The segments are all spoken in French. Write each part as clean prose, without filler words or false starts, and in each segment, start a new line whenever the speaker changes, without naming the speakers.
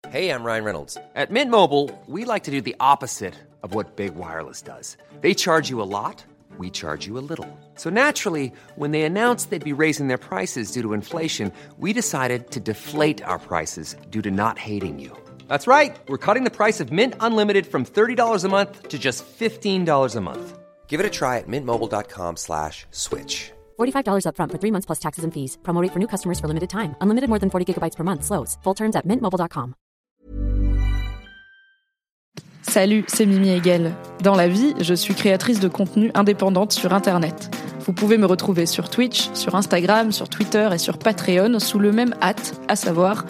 Hey, I'm Ryan Reynolds. At Mint Mobile, we like to do the opposite of what Big Wireless does. They charge you a lot, we charge you a little. So naturally, when they announced they'd be raising their prices due to inflation, we decided to deflate our prices due to not hating you. That's right. We're cutting the price of Mint Unlimited from $30 a month to just $15 a month. Give it a try at mintmobile.com/switch.
$45 up front for 3 months plus taxes and fees. Promo rate for new customers for limited time. Unlimited more than 40 gigabytes per month. Slows full terms at mintmobile.com.
Salut, c'est Mimi Hegel. Dans la vie, je suis créatrice de contenu indépendante sur Internet. Vous pouvez me retrouver sur Twitch, sur Instagram, sur Twitter et sur Patreon sous le même hâte, à savoir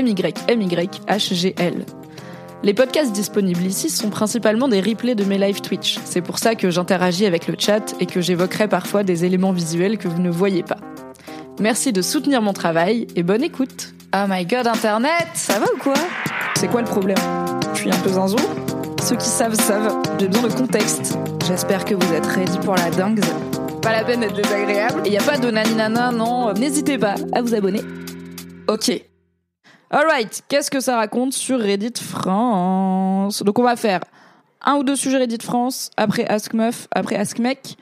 MYMYHGL. Les podcasts disponibles ici sont principalement des replays de mes live Twitch. C'est pour ça que j'interagis avec le chat et que j'évoquerai parfois des éléments visuels que vous ne voyez pas. Merci de soutenir mon travail et bonne écoute. Oh my god, Internet, ça va ou quoi ? C'est quoi le problème ? Je suis un peu zinzou ? Ceux qui savent, j'ai besoin de contexte. J'espère que vous êtes ready pour la dingue. Pas la peine d'être désagréable. Et y a pas de naninana, non. N'hésitez pas à vous abonner. Ok. Alright, qu'est-ce que ça raconte sur Reddit France ? Donc on va faire 1 ou 2 sujets Reddit France, après Ask Meuf, après Ask Mec.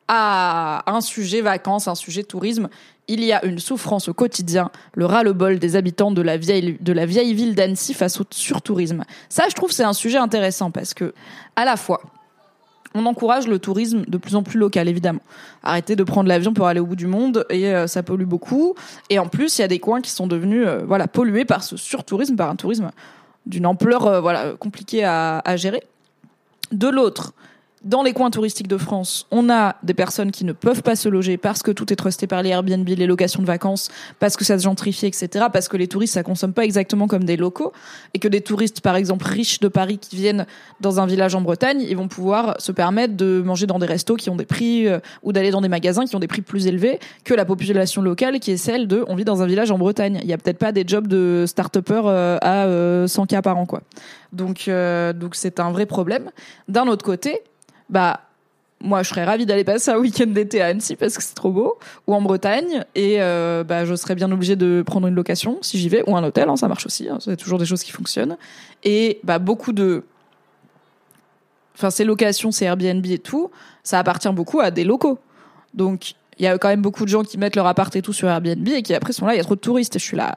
Un sujet vacances, un sujet tourisme. Il y a une souffrance au quotidien, le ras-le-bol des habitants de la vieille ville d'Annecy face au surtourisme. Ça, je trouve, c'est un sujet intéressant parce que, à la fois, on encourage le tourisme de plus en plus local, évidemment. Arrêtez de prendre l'avion pour aller au bout du monde et ça pollue beaucoup. Et en plus, il y a des coins qui sont devenus pollués par ce surtourisme, par un tourisme d'une ampleur compliquée à gérer. De l'autre, dans les coins touristiques de France, on a des personnes qui ne peuvent pas se loger parce que tout est trusté par les Airbnb, les locations de vacances, parce que ça se gentrifie, etc. Parce que les touristes, ça consomme pas exactement comme des locaux. Et que des touristes, par exemple, riches de Paris qui viennent dans un village en Bretagne, ils vont pouvoir se permettre de manger dans des restos qui ont des prix, ou d'aller dans des magasins qui ont des prix plus élevés que la population locale qui est celle de on vit dans un village en Bretagne. Il y a peut-être pas des jobs de start-upper à 100K par an, quoi. Donc c'est un vrai problème. D'un autre côté, moi je serais ravie d'aller passer un week-end d'été à Annecy parce que c'est trop beau, ou en Bretagne, et je serais bien obligée de prendre une location si j'y vais, ou un hôtel, ça marche aussi, c'est toujours des choses qui fonctionnent. Et beaucoup de ces locations, ces Airbnb et tout, ça appartient beaucoup à des locaux. Donc il y a quand même beaucoup de gens qui mettent leur appart et tout sur Airbnb et qui après sont là, il y a trop de touristes et je suis là.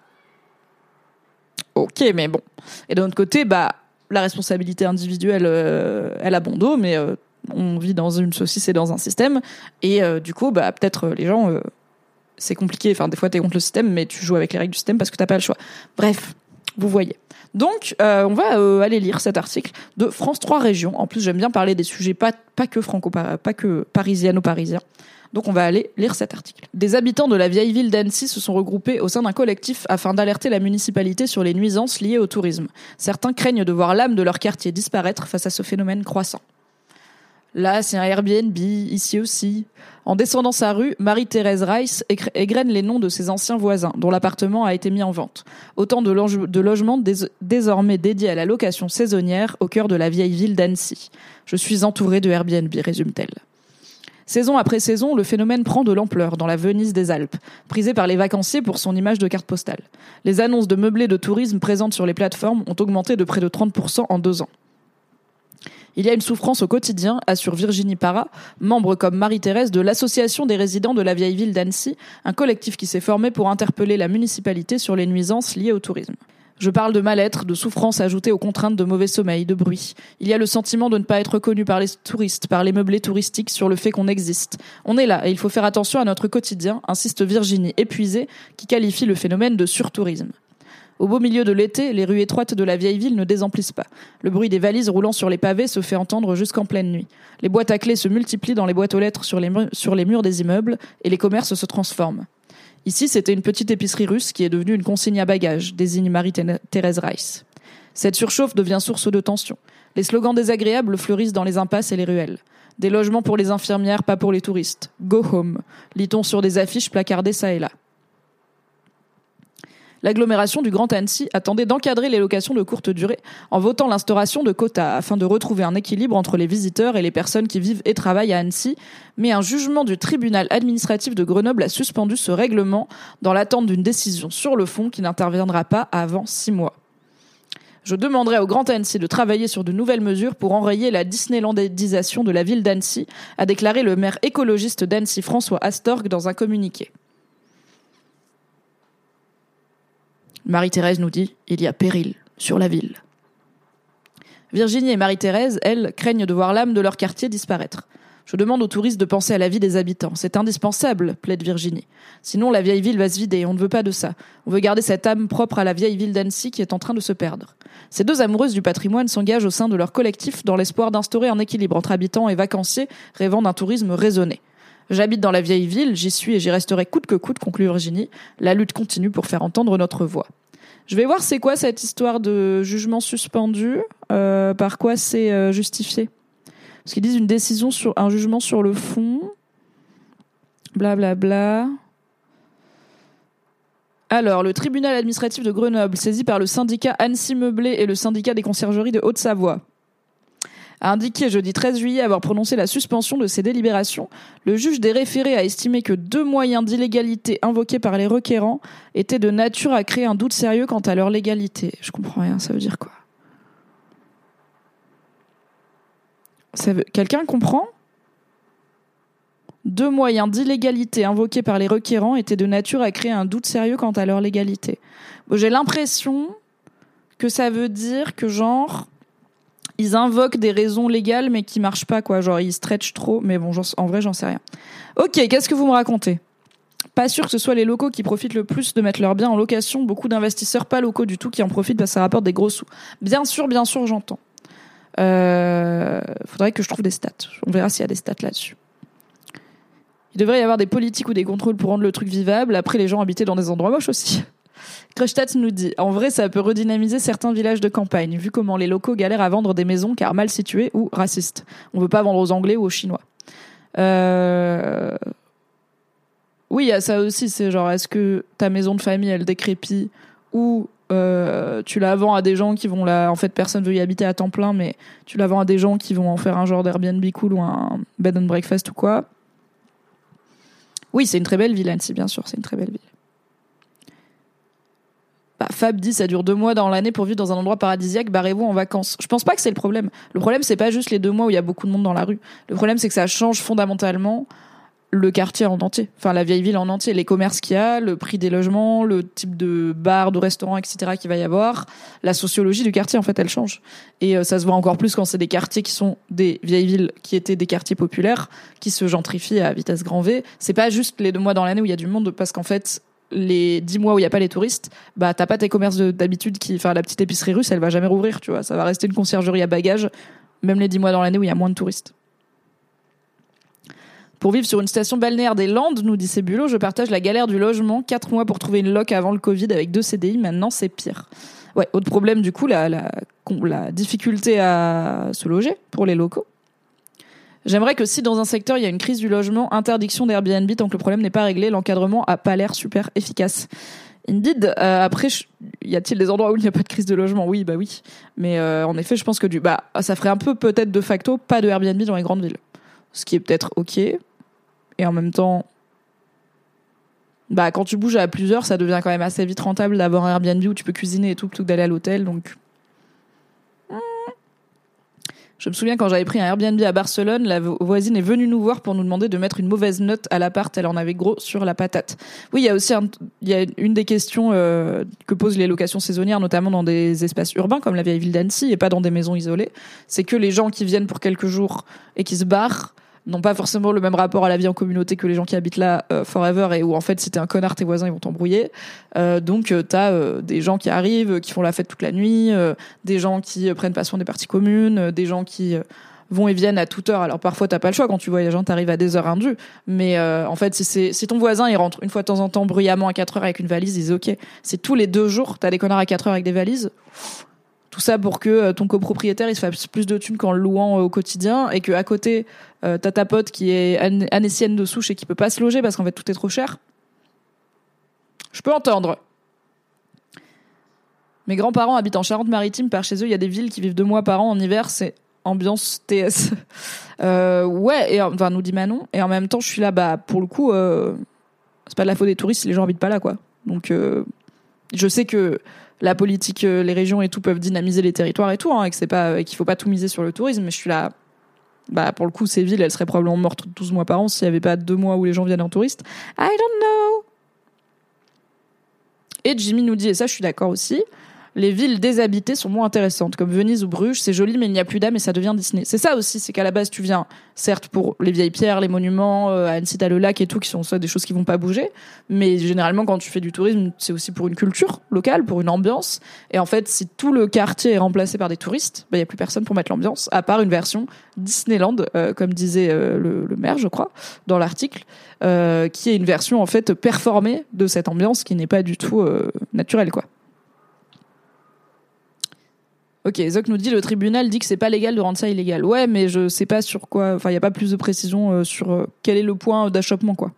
Ok, mais bon. Et d'un autre côté, la responsabilité individuelle, elle a bon dos, mais on vit dans une saucisse et dans un système, et du coup peut-être les gens c'est compliqué, des fois t'es contre le système mais tu joues avec les règles du système parce que t'as pas le choix. Bref, vous voyez. Donc on va aller lire cet article de France 3 Régions. En plus j'aime bien parler des sujets pas que parisiano-parisiens. Donc on va aller lire cet article. Des habitants de la vieille ville d'Annecy se sont regroupés au sein d'un collectif afin d'alerter la municipalité sur les nuisances liées au tourisme. Certains craignent de voir l'âme de leur quartier disparaître face à ce phénomène croissant. Là, c'est un Airbnb, ici aussi. En descendant sa rue, Marie-Thérèse Rice égrène les noms de ses anciens voisins, dont l'appartement a été mis en vente. Autant de logements désormais dédiés à la location saisonnière au cœur de la vieille ville d'Annecy. Je suis entourée de Airbnb, résume-t-elle. Saison après saison, le phénomène prend de l'ampleur dans la Venise des Alpes, prisée par les vacanciers pour son image de carte postale. Les annonces de meublés de tourisme présentes sur les plateformes ont augmenté de près de 30% en 2 ans. Il y a une souffrance au quotidien, assure Virginie Parra, membre comme Marie-Thérèse de l'Association des résidents de la vieille ville d'Annecy, un collectif qui s'est formé pour interpeller la municipalité sur les nuisances liées au tourisme. Je parle de mal-être, de souffrance ajoutée aux contraintes de mauvais sommeil, de bruit. Il y a le sentiment de ne pas être reconnu par les touristes, par les meublés touristiques sur le fait qu'on existe. On est là et il faut faire attention à notre quotidien, insiste Virginie, épuisée, qui qualifie le phénomène de surtourisme. Au beau milieu de l'été, les rues étroites de la vieille ville ne désemplissent pas. Le bruit des valises roulant sur les pavés se fait entendre jusqu'en pleine nuit. Les boîtes à clés se multiplient dans les boîtes aux lettres sur les murs des immeubles et les commerces se transforment. Ici, c'était une petite épicerie russe qui est devenue une consigne à bagages, désigne Marie-Thérèse Rice. Cette surchauffe devient source de tension. Les slogans désagréables fleurissent dans les impasses et les ruelles. Des logements pour les infirmières, pas pour les touristes. Go home, lit-on sur des affiches placardées ça et là. L'agglomération du Grand Annecy attendait d'encadrer les locations de courte durée en votant l'instauration de quotas afin de retrouver un équilibre entre les visiteurs et les personnes qui vivent et travaillent à Annecy, mais un jugement du tribunal administratif de Grenoble a suspendu ce règlement dans l'attente d'une décision sur le fond qui n'interviendra pas avant 6 mois. Je demanderai au Grand Annecy de travailler sur de nouvelles mesures pour enrayer la Disneylandisation de la ville d'Annecy, a déclaré le maire écologiste d'Annecy François Astorg dans un communiqué. Marie-Thérèse nous dit « Il y a péril sur la ville ». Virginie et Marie-Thérèse, elles, craignent de voir l'âme de leur quartier disparaître. Je demande aux touristes de penser à la vie des habitants. C'est indispensable, plaide Virginie. Sinon, la vieille ville va se vider. On ne veut pas de ça. On veut garder cette âme propre à la vieille ville d'Annecy qui est en train de se perdre. Ces deux amoureuses du patrimoine s'engagent au sein de leur collectif dans l'espoir d'instaurer un équilibre entre habitants et vacanciers rêvant d'un tourisme raisonné. J'habite dans la vieille ville, j'y suis et j'y resterai coûte que coûte, conclut Virginie. La lutte continue pour faire entendre notre voix. Je vais voir c'est quoi cette histoire de jugement suspendu, par quoi c'est justifié. Parce qu'ils disent une décision sur un jugement sur le fond, blablabla. Bla bla. Alors, le tribunal administratif de Grenoble, saisi par le syndicat Annecy Meublé et le syndicat des conciergeries de Haute-Savoie, a indiqué jeudi 13 juillet avoir prononcé la suspension de ces délibérations. Le juge des référés a estimé que 2 moyens d'illégalité invoqués par les requérants étaient de nature à créer un doute sérieux quant à leur légalité. Je comprends rien, ça veut dire quoi ? Quelqu'un comprend ? 2 moyens d'illégalité invoqués par les requérants étaient de nature à créer un doute sérieux quant à leur légalité. Bon, j'ai l'impression que ça veut dire que genre... ils invoquent des raisons légales mais qui marchent pas, quoi. Genre, ils stretchent trop. Mais bon, en vrai, j'en sais rien. Ok, qu'est-ce que vous me racontez ? Pas sûr que ce soit les locaux qui profitent le plus de mettre leurs biens en location. Beaucoup d'investisseurs pas locaux du tout qui en profitent parce que ça rapporte des gros sous. Bien sûr, j'entends. Faudrait que je trouve des stats. On verra s'il y a des stats là-dessus. Il devrait y avoir des politiques ou des contrôles pour rendre le truc vivable. Après, les gens habitaient dans des endroits moches aussi. Krustats nous dit, en vrai, ça peut redynamiser certains villages de campagne, vu comment les locaux galèrent à vendre des maisons car mal situées ou racistes. On veut pas vendre aux Anglais ou aux Chinois. Oui, il y a ça aussi, c'est genre, est-ce que ta maison de famille, elle décrépit ou tu la vends à des gens qui vont en fait, personne veut y habiter à temps plein, mais tu la vends à des gens qui vont en faire un genre d'Airbnb cool ou un bed and breakfast ou quoi. Oui, c'est une très belle ville, Annecy, bien sûr, c'est une très belle ville. Fab dit ça dure 2 mois dans l'année pour vivre dans un endroit paradisiaque, barrez-vous en vacances. Je pense pas que c'est le problème. Le problème, c'est pas juste les 2 mois où il y a beaucoup de monde dans la rue. Le problème, c'est que ça change fondamentalement le quartier en entier. Enfin, la vieille ville en entier. Les commerces qu'il y a, le prix des logements, le type de bar, de restaurant, etc. qu'il va y avoir. La sociologie du quartier, en fait, elle change. Et ça se voit encore plus quand c'est des quartiers qui sont des vieilles villes qui étaient des quartiers populaires, qui se gentrifient à vitesse grand V. C'est pas juste les 2 mois dans l'année où il y a du monde, parce qu'en fait, les 10 mois où il n'y a pas les touristes, t'as pas tes commerces d'habitude la petite épicerie russe, elle va jamais rouvrir, tu vois. Ça va rester une conciergerie à bagages, même les 10 mois dans l'année où il y a moins de touristes. Pour vivre sur une station balnéaire des Landes, nous dit Cébulo, je partage la galère du logement. 4 mois pour trouver une loc avant le Covid avec 2 CDI, maintenant c'est pire. Ouais, autre problème du coup, la difficulté à se loger pour les locaux. J'aimerais que si dans un secteur il y a une crise du logement, interdiction d'Airbnb tant que le problème n'est pas réglé, l'encadrement a pas l'air super efficace. Indeed, après, y a-t-il des endroits où il n'y a pas de crise de logement ? Oui, bah oui. Mais en effet, je pense que ça ferait un peu peut-être de facto pas de Airbnb dans les grandes villes. Ce qui est peut-être ok. Et en même temps, quand tu bouges à plusieurs, ça devient quand même assez vite rentable d'avoir un Airbnb où tu peux cuisiner et tout plutôt que d'aller à l'hôtel, donc... Je me souviens quand j'avais pris un Airbnb à Barcelone, la voisine est venue nous voir pour nous demander de mettre une mauvaise note à l'appart. Elle en avait gros sur la patate. Oui, il y a aussi une des questions que posent les locations saisonnières, notamment dans des espaces urbains comme la vieille ville d'Annecy et pas dans des maisons isolées. C'est que les gens qui viennent pour quelques jours et qui se barrent n'ont pas forcément le même rapport à la vie en communauté que les gens qui habitent là forever, et où en fait si t'es un connard, tes voisins ils vont t'embrouiller. Donc t'as des gens qui arrivent, qui font la fête toute la nuit, des gens qui prennent pas soin des parties communes, des gens qui vont et viennent à toute heure. Alors parfois t'as pas le choix quand tu voyages, t'arrives à des heures indues, mais en fait si ton voisin il rentre une fois de temps en temps bruyamment à 4 heures avec une valise, il dit ok. Si tous les 2 jours t'as des connards à 4 heures avec des valises, tout ça pour que ton copropriétaire il se fasse plus de thunes qu'en le louant au quotidien, et que à côté t'as ta pote qui est annécienne de souche et qui peut pas se loger parce qu'en fait tout est trop cher. Je peux entendre. Mes grands-parents habitent en Charente-Maritime, par chez eux il y a des villes qui vivent 2 mois par an en hiver, c'est ambiance TS. Ouais, et enfin nous dit Manon, et en même temps je suis là, pour le coup c'est pas de la faute des touristes si les gens habitent pas là, quoi. Donc je sais que la politique, les régions et tout peuvent dynamiser les territoires et tout, hein, et que c'est pas, qu'il faut pas tout miser sur le tourisme. Mais je suis là, pour le coup, ces villes, elles seraient probablement mortes 12 mois par an s'il y avait pas 2 mois où les gens viennent en touriste. I don't know. Et Jimmy nous dit, et ça je suis d'accord aussi, les villes déshabitées sont moins intéressantes, comme Venise ou Bruges, c'est joli mais il n'y a plus d'âme et ça devient Disney. C'est ça aussi, c'est qu'à la base tu viens, certes pour les vieilles pierres, les monuments, à Annecy t'as le lac et tout, qui sont ça des choses qui vont pas bouger, mais généralement quand tu fais du tourisme, c'est aussi pour une culture locale, pour une ambiance, et en fait si tout le quartier est remplacé par des touristes, il y a plus personne pour mettre l'ambiance, à part une version Disneyland, comme disait le maire je crois, dans l'article, qui est une version en fait performée de cette ambiance qui n'est pas du tout naturelle quoi. Ok, Zoc nous dit le tribunal dit que c'est pas légal de rendre ça illégal. Ouais, mais je sais pas sur quoi. Enfin, il y a pas plus de précision sur quel est le point d'achoppement, quoi.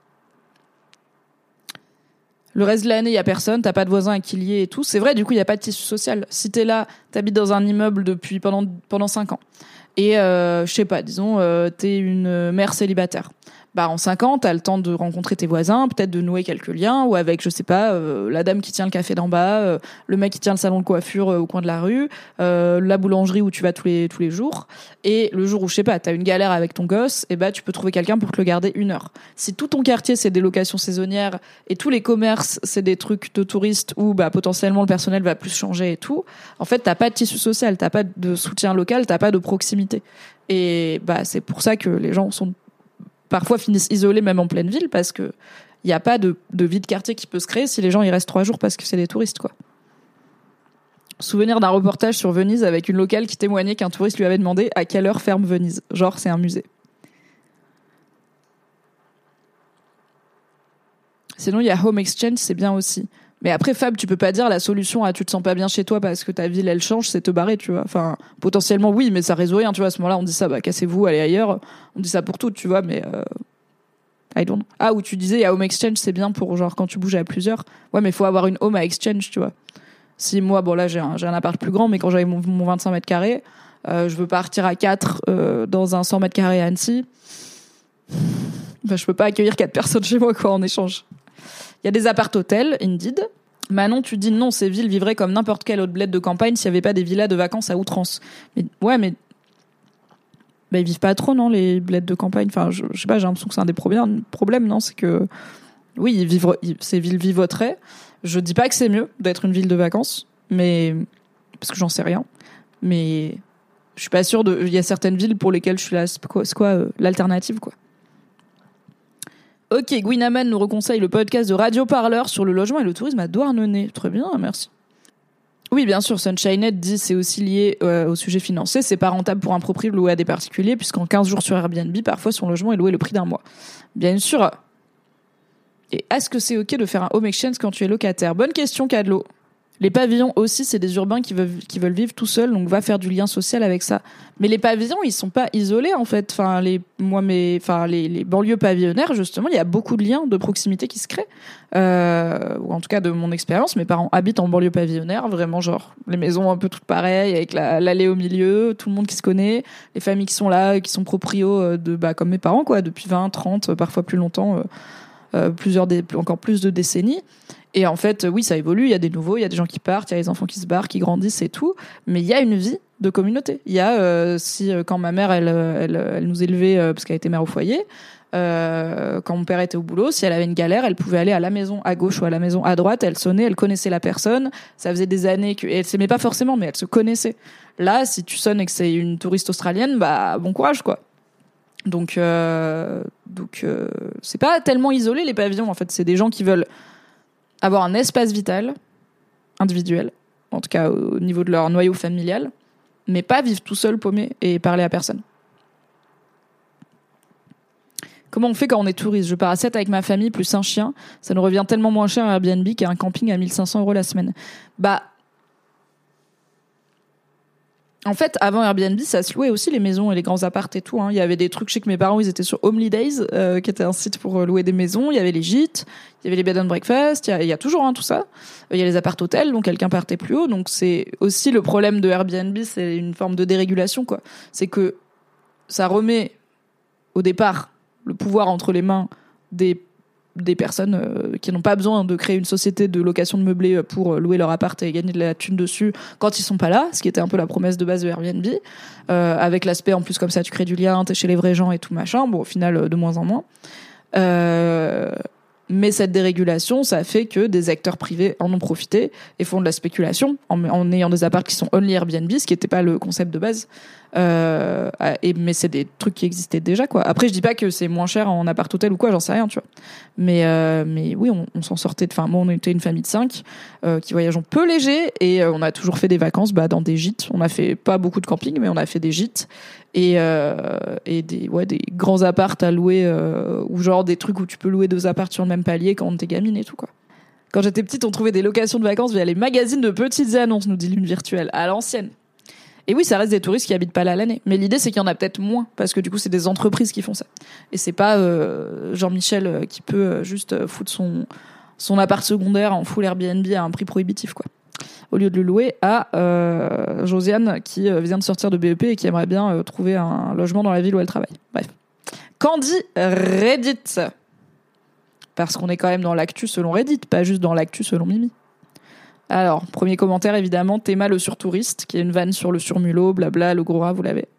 Le reste de l'année, il y a personne, t'as pas de voisins à qui lier et tout. C'est vrai, du coup, il y a pas de tissu social. Si t'es là, t'habites dans un immeuble depuis pendant 5 ans. Et je sais pas, disons, t'es une mère célibataire. En 5 ans, t'as le temps de rencontrer tes voisins, peut-être de nouer quelques liens, ou avec, je sais pas, la dame qui tient le café d'en bas, le mec qui tient le salon de coiffure au coin de la rue, la boulangerie où tu vas tous les jours. Et le jour où, je sais pas, t'as une galère avec ton gosse, et tu peux trouver quelqu'un pour te le garder 1 heure. Si tout ton quartier, c'est des locations saisonnières, et tous les commerces, c'est des trucs de touristes où, potentiellement, le personnel va plus changer et tout, en fait, t'as pas de tissu social, t'as pas de soutien local, t'as pas de proximité. Et, c'est pour ça que les gens parfois finissent isolés même en pleine ville parce que il y a pas de vie de quartier qui peut se créer si les gens y restent 3 jours parce que c'est des touristes quoi. Souvenir d'un reportage sur Venise avec une locale qui témoignait qu'un touriste lui avait demandé à quelle heure ferme Venise. Genre c'est un musée. Sinon il y a Home Exchange, c'est bien aussi. Mais après, Fab, tu peux pas dire la solution à tu te sens pas bien chez toi parce que ta ville, elle change, c'est te barrer, tu vois. Enfin, potentiellement, oui, mais ça résout rien, tu vois. À ce moment-là, on dit ça, cassez-vous, allez ailleurs. On dit ça pour tout, tu vois, mais I don't know. Ah, où tu disais, il y a Home Exchange, c'est bien pour, genre, quand tu bouges à plusieurs. Ouais, mais il faut avoir une home à exchange, tu vois. Si moi, là, j'ai un appart plus grand, mais quand j'avais mon 25 mètres carrés, je veux partir à 4 dans un 100 mètres carrés à Annecy. Je peux pas accueillir 4 personnes chez moi, quoi, en échange. Il y a des appart-hôtels, indeed. Manon, tu dis non, ces villes vivraient comme n'importe quel autre bled de campagne s'il n'y avait pas des villas de vacances à outrance. Mais ouais, mais ils vivent pas trop, non, les bleds de campagne. Enfin, je sais pas, j'ai l'impression que c'est un des problèmes, non, c'est que oui, ces villes vivoteraient. Je dis pas que c'est mieux d'être une ville de vacances, mais parce que j'en sais rien. Mais je suis pas sûre il y a certaines villes pour lesquelles je suis là, c'est quoi l'alternative, quoi. Ok, Gwinaman nous reconseille le podcast de Radio Parleur sur le logement et le tourisme à Douarnenez. Très bien, merci. Oui, bien sûr, Sunshinehead dit c'est aussi lié au sujet financier. C'est pas rentable pour un propriétaire loué à des particuliers puisqu'en 15 jours sur Airbnb, parfois son logement est loué le prix d'un mois. Bien sûr. Et est-ce que c'est ok de faire un home exchange quand tu es locataire ? Bonne question, Cadlo. Les pavillons aussi, c'est des urbains qui veulent vivre tout seuls, donc va faire du lien social avec ça. Mais les pavillons, ils sont pas isolés en fait. Enfin, les banlieues pavillonnaires, justement, il y a beaucoup de liens de proximité qui se créent. Ou en tout cas de mon expérience, mes parents habitent en banlieue pavillonnaire, vraiment genre les maisons un peu toutes pareilles, avec l'allée au milieu, tout le monde qui se connaît, les familles qui sont là, qui sont proprios comme mes parents quoi, depuis 20, 30, parfois plus longtemps, encore plus de décennies. Et en fait, oui, ça évolue, il y a des nouveaux, il y a des gens qui partent, il y a les enfants qui se barrent, qui grandissent et tout, mais il y a une vie de communauté. Il y a, quand ma mère, elle nous élevait, parce qu'elle était mère au foyer, quand mon père était au boulot, si elle avait une galère, elle pouvait aller à la maison à gauche ou à la maison à droite, elle sonnait, elle connaissait la personne, ça faisait des années et elle s'aimait pas forcément, mais elle se connaissait. Là, si tu sonnes et que c'est une touriste australienne, bon courage, quoi. Donc, c'est pas tellement isolé, les pavillons, en fait, c'est des gens qui veulent avoir un espace vital, individuel, en tout cas au niveau de leur noyau familial, mais pas vivre tout seul, paumé, et parler à personne. Comment on fait quand on est touriste ? Je pars à 7 avec ma famille, plus un chien, ça nous revient tellement moins cher à Airbnb qu'à un camping à 1 500 € la semaine. En fait, avant Airbnb, ça se louait aussi les maisons et les grands apparts et tout. Il y avait des trucs, je sais que mes parents, ils étaient sur Homely Days, qui était un site pour louer des maisons. Il y avait les gîtes, il y avait les bed and breakfast, il y a toujours tout ça. Il y a les appart-hôtels, donc quelqu'un partait plus haut. Donc c'est aussi le problème de Airbnb, c'est une forme de dérégulation, quoi. C'est que ça remet au départ le pouvoir entre les mains des des personnes qui n'ont pas besoin de créer une société de location de meublés pour louer leur appart et gagner de la thune dessus quand ils sont pas là, ce qui était un peu la promesse de base de Airbnb, avec l'aspect en plus comme ça tu crées du lien, t'es chez les vrais gens et tout machin. Bon, au final de moins en moins. Mais cette dérégulation, ça fait que des acteurs privés en ont profité et font de la spéculation en ayant des apparts qui sont only Airbnb, ce qui n'était pas le concept de base. Mais c'est des trucs qui existaient déjà, quoi. Après, je dis pas que c'est moins cher en appart hôtel ou quoi, j'en sais rien, tu vois. Mais oui, on s'en sortait. Enfin, moi, on était une famille de 5 qui voyageons peu léger et on a toujours fait des vacances dans des gîtes. On a fait pas beaucoup de camping, mais on a fait des gîtes et des grands apparts à louer ou genre des trucs où tu peux louer 2 apparts sur le même palier quand t'es gamine et tout, quoi. Quand j'étais petite, on trouvait des locations de vacances via les magazines de petites annonces, nous dit Lune Virtuelle, à l'ancienne. Et oui, ça reste des touristes qui habitent pas là l'année. Mais l'idée, c'est qu'il y en a peut-être moins, parce que du coup, c'est des entreprises qui font ça. Et c'est pas Jean-Michel qui peut juste foutre son appart secondaire en full Airbnb à un prix prohibitif, quoi. Au lieu de le louer à Josiane, qui vient de sortir de BEP et qui aimerait bien trouver un logement dans la ville où elle travaille. Bref. Qu'en dit Reddit ? Parce qu'on est quand même dans l'actu selon Reddit, pas juste dans l'actu selon Mimi. Alors, premier commentaire, évidemment, Théma le surtouriste, qui est une vanne sur le surmulot, blabla, le gros rat, vous l'avez.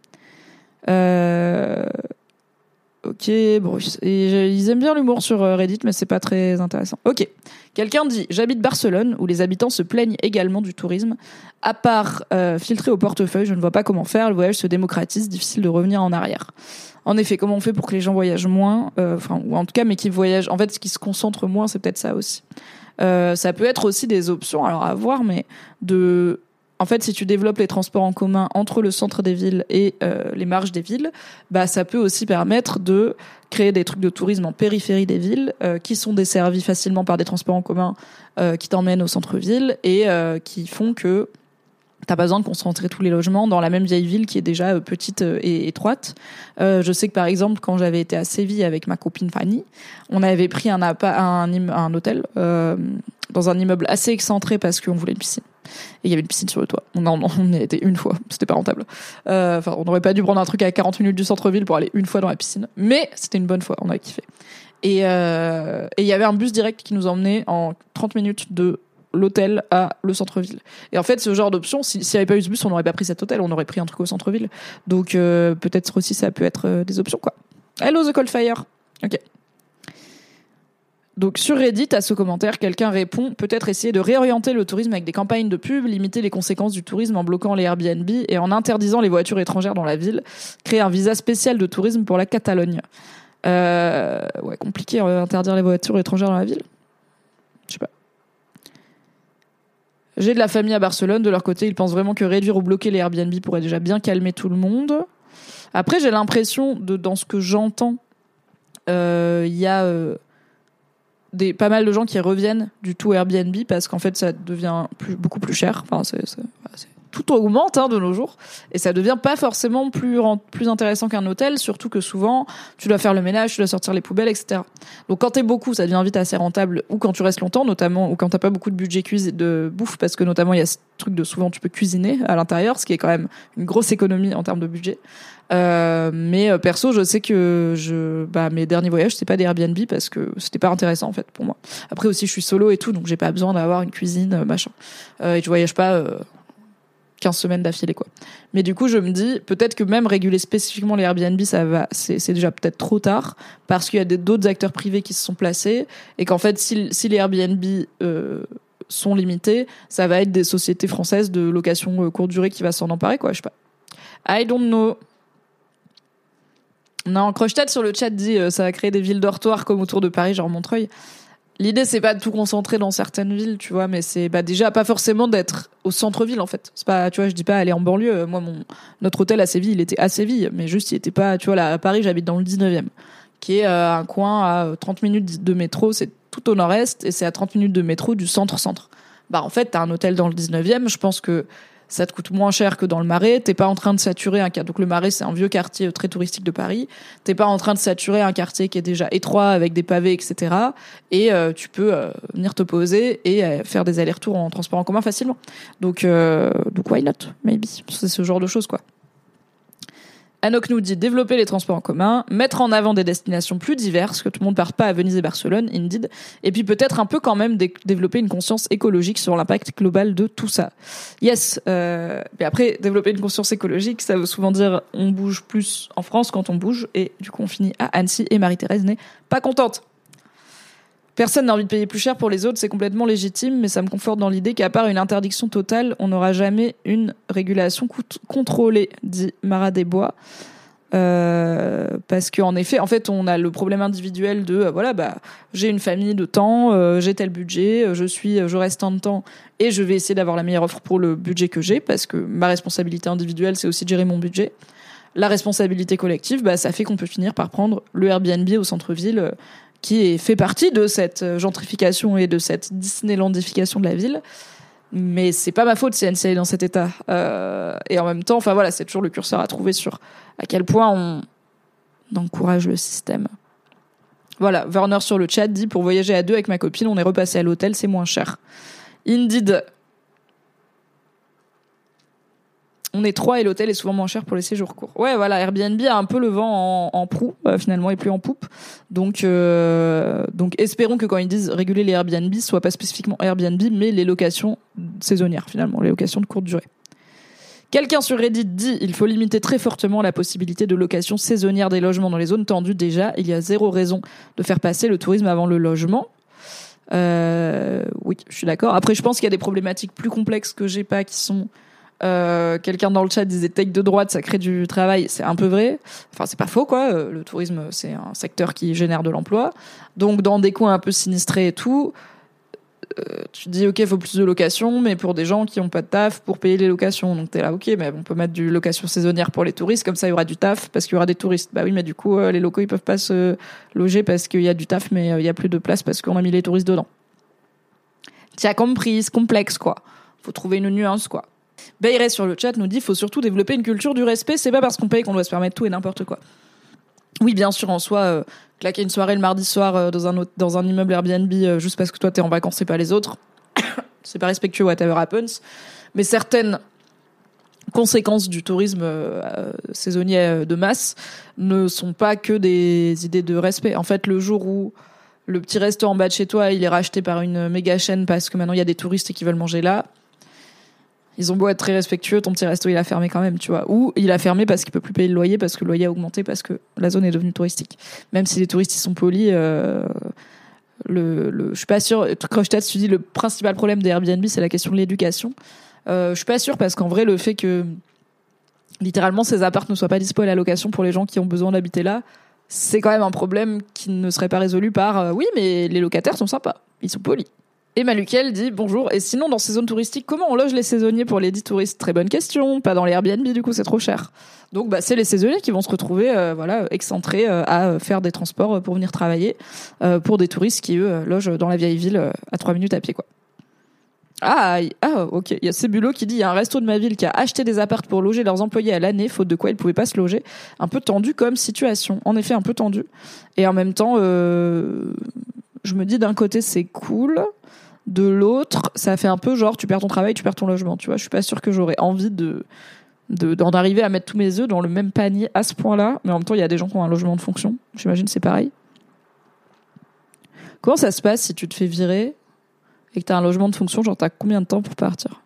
Ok, bon, ils aiment bien l'humour sur Reddit, mais c'est pas très intéressant. Ok, quelqu'un dit « J'habite Barcelone, où les habitants se plaignent également du tourisme. À part filtrer au portefeuille, je ne vois pas comment faire, le voyage se démocratise, difficile de revenir en arrière. » En effet, comment on fait pour que les gens voyagent moins, ou en tout cas, mais qu'ils voyagent... En fait, ce qui se concentre moins, c'est peut-être ça aussi. Ça peut être aussi des options, alors à voir, mais en fait, si tu développes les transports en commun entre le centre des villes et les marges des villes, ça peut aussi permettre de créer des trucs de tourisme en périphérie des villes qui sont desservis facilement par des transports en commun qui t'emmènent au centre-ville et qui font que t'as pas besoin de concentrer tous les logements dans la même vieille ville qui est déjà petite et étroite. Je sais que par exemple, quand j'avais été à Séville avec ma copine Fanny, on avait pris un hôtel dans un immeuble assez excentré parce qu'on voulait une piscine. Et il y avait une piscine sur le toit. On y a été une fois, c'était pas rentable. On n'aurait pas dû prendre un truc à 40 minutes du centre-ville pour aller une fois dans la piscine. Mais c'était une bonne fois, on a kiffé. Et il y avait un bus direct qui nous emmenait en 30 minutes de l'hôtel à le centre-ville. Et en fait, ce genre d'option, s'il n'y avait pas eu ce bus, on n'aurait pas pris cet hôtel, on aurait pris un truc au centre-ville. Donc peut-être aussi ça peut être des options, quoi. Hello The Cold Fire. Ok. Donc sur Reddit, à ce commentaire, quelqu'un répond peut-être essayer de réorienter le tourisme avec des campagnes de pub, limiter les conséquences du tourisme en bloquant les Airbnb et en interdisant les voitures étrangères dans la ville, créer un visa spécial de tourisme pour la Catalogne. Ouais, compliqué, interdire les voitures étrangères dans la ville. Je sais pas. J'ai de la famille à Barcelone, de leur côté, ils pensent vraiment que réduire ou bloquer les Airbnb pourrait déjà bien calmer tout le monde. Après, j'ai l'impression, dans ce que j'entends, il y a pas mal de gens qui reviennent du tout Airbnb parce qu'en fait, ça devient beaucoup plus cher. Enfin, tout augmente de nos jours et ça devient pas forcément plus intéressant qu'un hôtel, surtout que souvent tu dois faire le ménage, tu dois sortir les poubelles, etc. Donc quand t'es beaucoup, ça devient vite assez rentable, ou quand tu restes longtemps, notamment, ou quand t'as pas beaucoup de budget de bouffe, parce que notamment il y a ce truc de souvent tu peux cuisiner à l'intérieur, ce qui est quand même une grosse économie en termes de budget. Mais perso, je sais que mes derniers voyages, c'est pas des Airbnb parce que c'était pas intéressant en fait pour moi. Après aussi, je suis solo et tout, donc j'ai pas besoin d'avoir une cuisine, machin. Et je voyage pas 15 semaines d'affilée, quoi. Mais du coup, je me dis, peut-être que même réguler spécifiquement les Airbnb, c'est déjà peut-être trop tard, parce qu'il y a d'autres acteurs privés qui se sont placés, et qu'en fait, si les Airbnb sont limités, ça va être des sociétés françaises de location courte durée qui va s'en emparer, quoi, je sais pas. I don't know. Non, Croche-Tête sur le chat dit, ça va créer des villes dortoirs comme autour de Paris, genre Montreuil. L'idée, c'est pas de tout concentrer dans certaines villes, tu vois, mais c'est déjà pas forcément d'être au centre-ville, en fait. C'est pas, tu vois, je dis pas aller en banlieue. Moi, notre hôtel à Séville, il était à Séville, mais juste, il était pas, tu vois, là, à Paris, j'habite dans le 19e, qui est un coin à 30 minutes de métro, c'est tout au nord-est, et c'est à 30 minutes de métro du centre-centre. En fait, t'as un hôtel dans le 19e, je pense que ça te coûte moins cher que dans le Marais, t'es pas en train de saturer donc le Marais, c'est un vieux quartier très touristique de Paris, t'es pas en train de saturer un quartier qui est déjà étroit avec des pavés, etc. Et tu peux venir te poser et faire des allers-retours en transport en commun facilement. Donc why not, maybe. C'est ce genre de choses, quoi. Anok nous dit développer les transports en commun, mettre en avant des destinations plus diverses, que tout le monde ne parte pas à Venise et Barcelone, indeed, et puis peut-être un peu quand même développer une conscience écologique sur l'impact global de tout ça. Yes, mais après, développer une conscience écologique, ça veut souvent dire on bouge plus en France quand on bouge, et du coup on finit à Annecy, et Marie-Thérèse n'est pas contente. Personne n'a envie de payer plus cher pour les autres, c'est complètement légitime, mais ça me conforte dans l'idée qu'à part une interdiction totale, on n'aura jamais une régulation contrôlée, dit Mara Desbois. Parce qu'en effet, en fait, on a le problème individuel de j'ai une famille de temps, j'ai tel budget, je reste tant de temps et je vais essayer d'avoir la meilleure offre pour le budget que j'ai, parce que ma responsabilité individuelle, c'est aussi de gérer mon budget. La responsabilité collective, ça fait qu'on peut finir par prendre le Airbnb au centre-ville, qui fait partie de cette gentrification et de cette Disneylandification de la ville. Mais c'est pas ma faute si Annecy est dans cet état. Et en même temps, c'est toujours le curseur à trouver sur à quel point on encourage le système. Voilà, Werner sur le chat dit, pour voyager à 2 avec ma copine, on est repassé à l'hôtel, c'est moins cher. Indeed. On est 3 et l'hôtel est souvent moins cher pour les séjours courts. Ouais, voilà, Airbnb a un peu le vent en proue, finalement, et plus en poupe. Donc espérons que quand ils disent réguler les Airbnb, ce soit pas spécifiquement Airbnb, mais les locations saisonnières, finalement, les locations de courte durée. Quelqu'un sur Reddit dit il faut limiter très fortement la possibilité de location saisonnière des logements dans les zones tendues. Déjà, il y a zéro raison de faire passer le tourisme avant le logement. Oui, je suis d'accord. Après, je pense qu'il y a des problématiques plus complexes que j'ai pas, qui sont... quelqu'un dans le chat disait tech de droite, ça crée du travail. C'est un peu vrai. Enfin, c'est pas faux, quoi. Le tourisme, c'est un secteur qui génère de l'emploi. Donc, dans des coins un peu sinistrés et tout, tu te dis, ok, il faut plus de locations, mais pour des gens qui ont pas de taf pour payer les locations. Donc, t'es là, ok, mais on peut mettre du location saisonnière pour les touristes, comme ça, il y aura du taf parce qu'il y aura des touristes. Bah oui, mais du coup, les locaux, ils peuvent pas se loger parce qu'il y a du taf, mais il y a plus de place parce qu'on a mis les touristes dedans. T'as compris, c'est complexe, quoi. Faut trouver une nuance, quoi. Bayret sur le chat nous dit faut surtout développer une culture du respect, c'est pas parce qu'on paye qu'on doit se permettre tout et n'importe quoi. Oui, bien sûr, en soi, claquer une soirée le mardi soir dans un immeuble Airbnb juste parce que toi t'es en vacances et pas les autres, c'est pas respectueux, whatever happens. Mais certaines conséquences du tourisme saisonnier de masse ne sont pas que des idées de respect. En fait, le jour où le petit resto en bas de chez toi il est racheté par une méga chaîne parce que maintenant il y a des touristes qui veulent manger là, ils ont beau être très respectueux, ton petit resto il a fermé quand même, tu vois. Ou il a fermé parce qu'il peut plus payer le loyer, parce que le loyer a augmenté, parce que la zone est devenue touristique. Même si les touristes ils sont polis, je suis pas sûre. Crochet, tu dis le principal problème des Airbnb c'est la question de l'éducation. Je suis pas sûre, parce qu'en vrai le fait que littéralement ces apparts ne soient pas dispo à la location pour les gens qui ont besoin d'habiter là, c'est quand même un problème qui ne serait pas résolu par oui mais les locataires sont sympas, ils sont polis. Et Maluquel dit bonjour. Et sinon, dans ces zones touristiques, comment on loge les saisonniers pour les dits touristes? Très bonne question. Pas dans les Airbnb, du coup, c'est trop cher. Donc, c'est les saisonniers qui vont se retrouver, excentrés à faire des transports pour venir travailler pour des touristes qui, eux, logent dans la vieille ville à 3 minutes à pied, quoi. Ok. Il y a Cébulot qui dit il y a un resto de ma ville qui a acheté des apparts pour loger leurs employés à l'année, faute de quoi ils pouvaient pas se loger. Un peu tendu comme situation. En effet, un peu tendu. Et en même temps, je me dis d'un côté, c'est cool. De l'autre, ça fait un peu genre tu perds ton travail, tu perds ton logement, tu vois. Je suis pas sûre que j'aurais envie d'en arriver à mettre tous mes œufs dans le même panier à ce point-là, mais en même temps, il y a des gens qui ont un logement de fonction. J'imagine c'est pareil. Comment ça se passe si tu te fais virer et que t'as un logement de fonction, genre t'as combien de temps pour partir?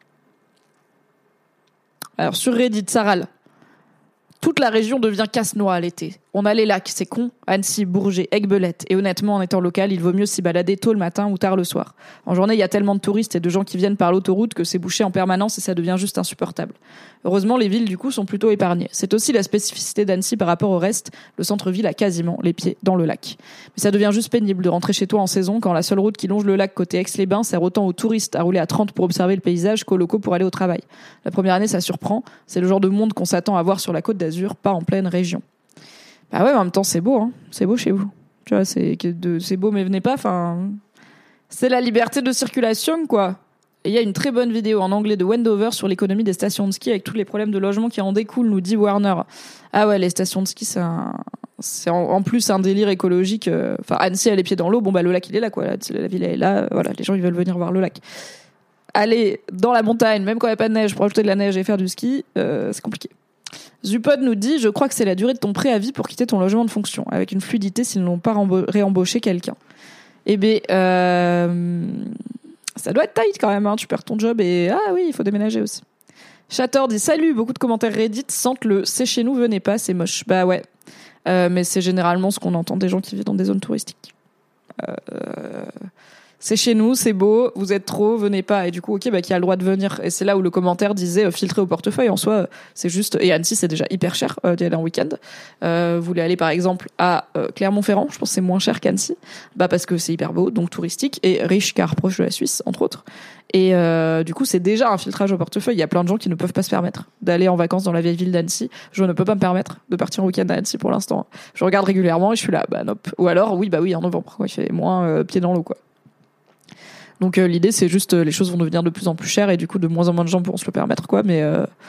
Alors sur Reddit, Saral, toute la région devient casse-noix à l'été. On a les lacs, c'est con, Annecy, Bourget, Aiguebelette. Et honnêtement, en étant local, il vaut mieux s'y balader tôt le matin ou tard le soir. En journée, il y a tellement de touristes et de gens qui viennent par l'autoroute que c'est bouché en permanence et ça devient juste insupportable. Heureusement, les villes, du coup, sont plutôt épargnées. C'est aussi la spécificité d'Annecy par rapport au reste. Le centre-ville a quasiment les pieds dans le lac. Mais ça devient juste pénible de rentrer chez toi en saison quand la seule route qui longe le lac côté Aix-les-Bains sert autant aux touristes à rouler à 30 pour observer le paysage qu'aux locaux pour aller au travail. La première année, ça surprend. C'est le genre de monde qu'on s'attend à voir sur la Côte d'Azur, pas en pleine région. Bah ouais, en même temps, c'est beau, hein. C'est beau chez vous. Tu vois, c'est beau, mais venez pas, enfin, c'est la liberté de circulation, quoi. Et il y a une très bonne vidéo en anglais de Wendover sur l'économie des stations de ski avec tous les problèmes de logement qui en découlent, nous dit Warner. Ah ouais, les stations de ski, c'est en plus un délire écologique. Enfin, Annecy a les pieds dans l'eau, bon bah le lac il est là, quoi. La ville est là, voilà, les gens ils veulent venir voir le lac. Aller dans la montagne, même quand il n'y a pas de neige, pour ajouter de la neige et faire du ski, c'est compliqué. Zupod nous dit « Je crois que c'est la durée de ton préavis pour quitter ton logement de fonction, avec une fluidité s'ils n'ont pas réembauché quelqu'un. » Eh bien, ça doit être tight quand même, hein. Tu perds ton job et ah oui, il faut déménager aussi. Chator dit « Salut, beaucoup de commentaires Reddit sentent le « c'est chez nous, venez pas, c'est moche ». Bah ouais, mais c'est généralement ce qu'on entend des gens qui vivent dans des zones touristiques. C'est chez nous, c'est beau, vous êtes trop, venez pas. Et du coup, ok, qui a le droit de venir. Et c'est là où le commentaire disait filtrer au portefeuille. En soi, c'est juste. Et Annecy, c'est déjà hyper cher d'y aller en week-end. Vous voulez aller par exemple à Clermont-Ferrand, je pense que c'est moins cher qu'Annecy, parce que c'est hyper beau, donc touristique et riche car proche de la Suisse, entre autres. Et du coup, c'est déjà un filtrage au portefeuille. Il y a plein de gens qui ne peuvent pas se permettre d'aller en vacances dans la vieille ville d'Annecy. Je ne peux pas me permettre de partir en week-end à Annecy pour l'instant. Je regarde régulièrement et je suis là, nope. Ou alors, oui, en novembre, il fait moins pied dans l'eau, quoi. Donc l'idée c'est juste les choses vont devenir de plus en plus chères et du coup de moins en moins de gens pourront se le permettre, quoi, mais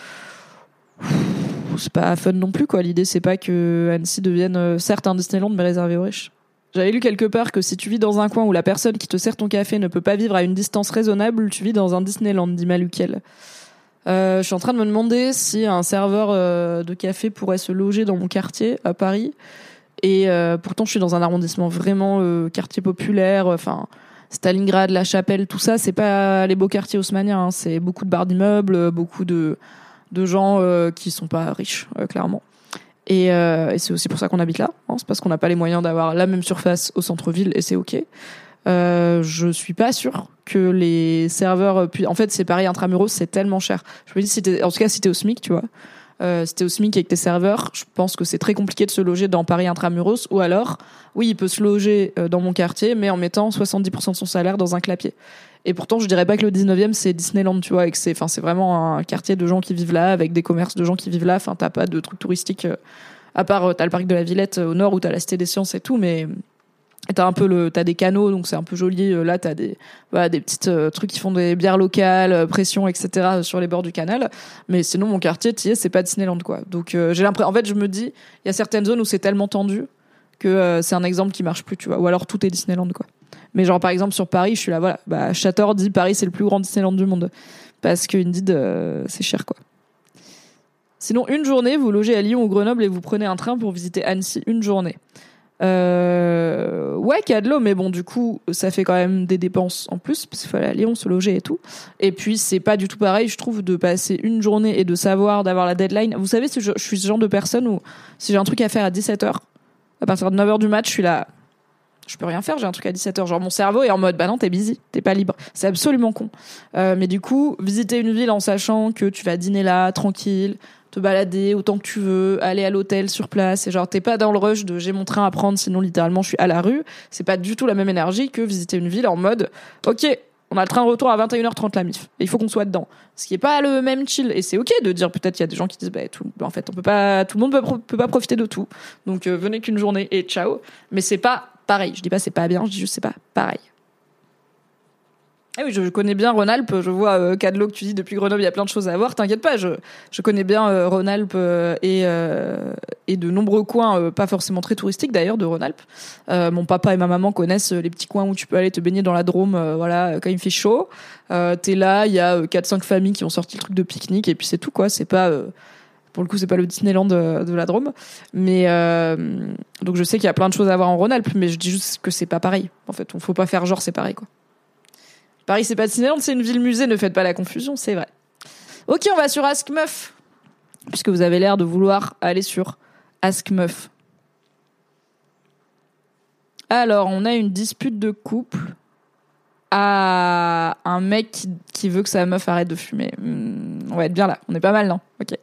c'est pas fun non plus, quoi. L'idée c'est pas que Annecy devienne certes un Disneyland mais réservé aux riches. J'avais lu quelque part que si tu vis dans un coin où la personne qui te sert ton café ne peut pas vivre à une distance raisonnable, tu vis dans un Disneyland, dit Maluquel. Je suis en train de me demander si un serveur de café pourrait se loger dans mon quartier à Paris, et pourtant je suis dans un arrondissement vraiment quartier populaire, Stalingrad, La Chapelle, tout ça, c'est pas les beaux quartiers haussmanniens, hein. C'est beaucoup de barres d'immeubles, beaucoup de gens qui sont pas riches, clairement. Et c'est aussi pour ça qu'on habite là, hein. C'est parce qu'on n'a pas les moyens d'avoir la même surface au centre-ville, et c'est ok. Je suis pas sûre que les serveurs en fait, c'est pareil, intramuros, c'est tellement cher. Je me dis, en tout cas, si t'es au SMIC, tu vois. Si t'es au SMIC avec tes serveurs, je pense que c'est très compliqué de se loger dans Paris intramuros, ou alors, oui, il peut se loger dans mon quartier, mais en mettant 70% de son salaire dans un clapier. Et pourtant, je dirais pas que le 19e, c'est Disneyland, tu vois, et que c'est vraiment un quartier de gens qui vivent là, avec des commerces de gens qui vivent là, t'as pas de trucs touristiques, à part, t'as le parc de la Villette au nord, où t'as la Cité des Sciences et tout, mais t'as des canaux, donc c'est un peu joli. Là, t'as des petites trucs qui font des bières locales, pression, etc. sur les bords du canal. Mais sinon, mon quartier, c'est pas Disneyland, quoi. Donc, j'ai l'impression, en fait, je me dis, il y a certaines zones où c'est tellement tendu que c'est un exemple qui marche plus, tu vois. Ou alors tout est Disneyland, quoi. Mais genre, par exemple, sur Paris, je suis là, voilà. Chator dit Paris, c'est le plus grand Disneyland du monde. Parce que Indeed, c'est cher, quoi. Sinon, une journée, vous logez à Lyon ou Grenoble et vous prenez un train pour visiter Annecy une journée. Ouais, qu'il y a de l'eau, mais bon, du coup, ça fait quand même des dépenses en plus, parce qu'il faut aller à Lyon, se loger et tout. Et puis, c'est pas du tout pareil, je trouve, de passer une journée et de savoir, d'avoir la deadline. Vous savez, je suis ce genre de personne où, si j'ai un truc à faire à 17h, à partir de 9h du match, je suis là, je peux rien faire, j'ai un truc à 17h. Genre, mon cerveau est en mode, non, t'es busy, t'es pas libre. C'est absolument con. Mais du coup, visiter une ville en sachant que tu vas dîner là, tranquille, te balader autant que tu veux, aller à l'hôtel sur place, et genre t'es pas dans le rush de j'ai mon train à prendre, sinon littéralement je suis à la rue. C'est pas du tout la même énergie que visiter une ville en mode ok, on a le train de retour à 21h30 la MIF, et il faut qu'on soit dedans. Ce qui est pas le même chill, et c'est ok de dire, peut-être il y a des gens qui disent en fait on peut pas, tout le monde peut pas profiter de tout, donc venez qu'une journée et ciao. Mais c'est pas pareil, je dis pas c'est pas bien, je dis juste c'est pas pareil. Ah oui, je connais bien Rhône-Alpes. Je vois Cadlo que tu dis depuis Grenoble, il y a plein de choses à voir. T'inquiète pas, je connais bien Rhône-Alpes et de nombreux coins, pas forcément très touristiques d'ailleurs, de Rhône-Alpes. Mon papa et ma maman connaissent les petits coins où tu peux aller te baigner dans la Drôme, quand il fait chaud. T'es là, il y a 4-5 familles qui ont sorti le truc de pique-nique et puis c'est tout, quoi. C'est pas pour le coup, c'est pas le Disneyland de la Drôme, mais donc je sais qu'il y a plein de choses à voir en Rhône-Alpes, mais je dis juste que c'est pas pareil. En fait, on faut pas faire genre c'est pareil, quoi. Paris, c'est pas Disneyland, c'est une ville-musée, ne faites pas la confusion, c'est vrai. Ok, on va sur Ask Meuf, puisque vous avez l'air de vouloir aller sur Ask Meuf. Alors, on a une dispute de couple à un mec qui veut que sa meuf arrête de fumer. On va être bien là, on est pas mal, non? Ok.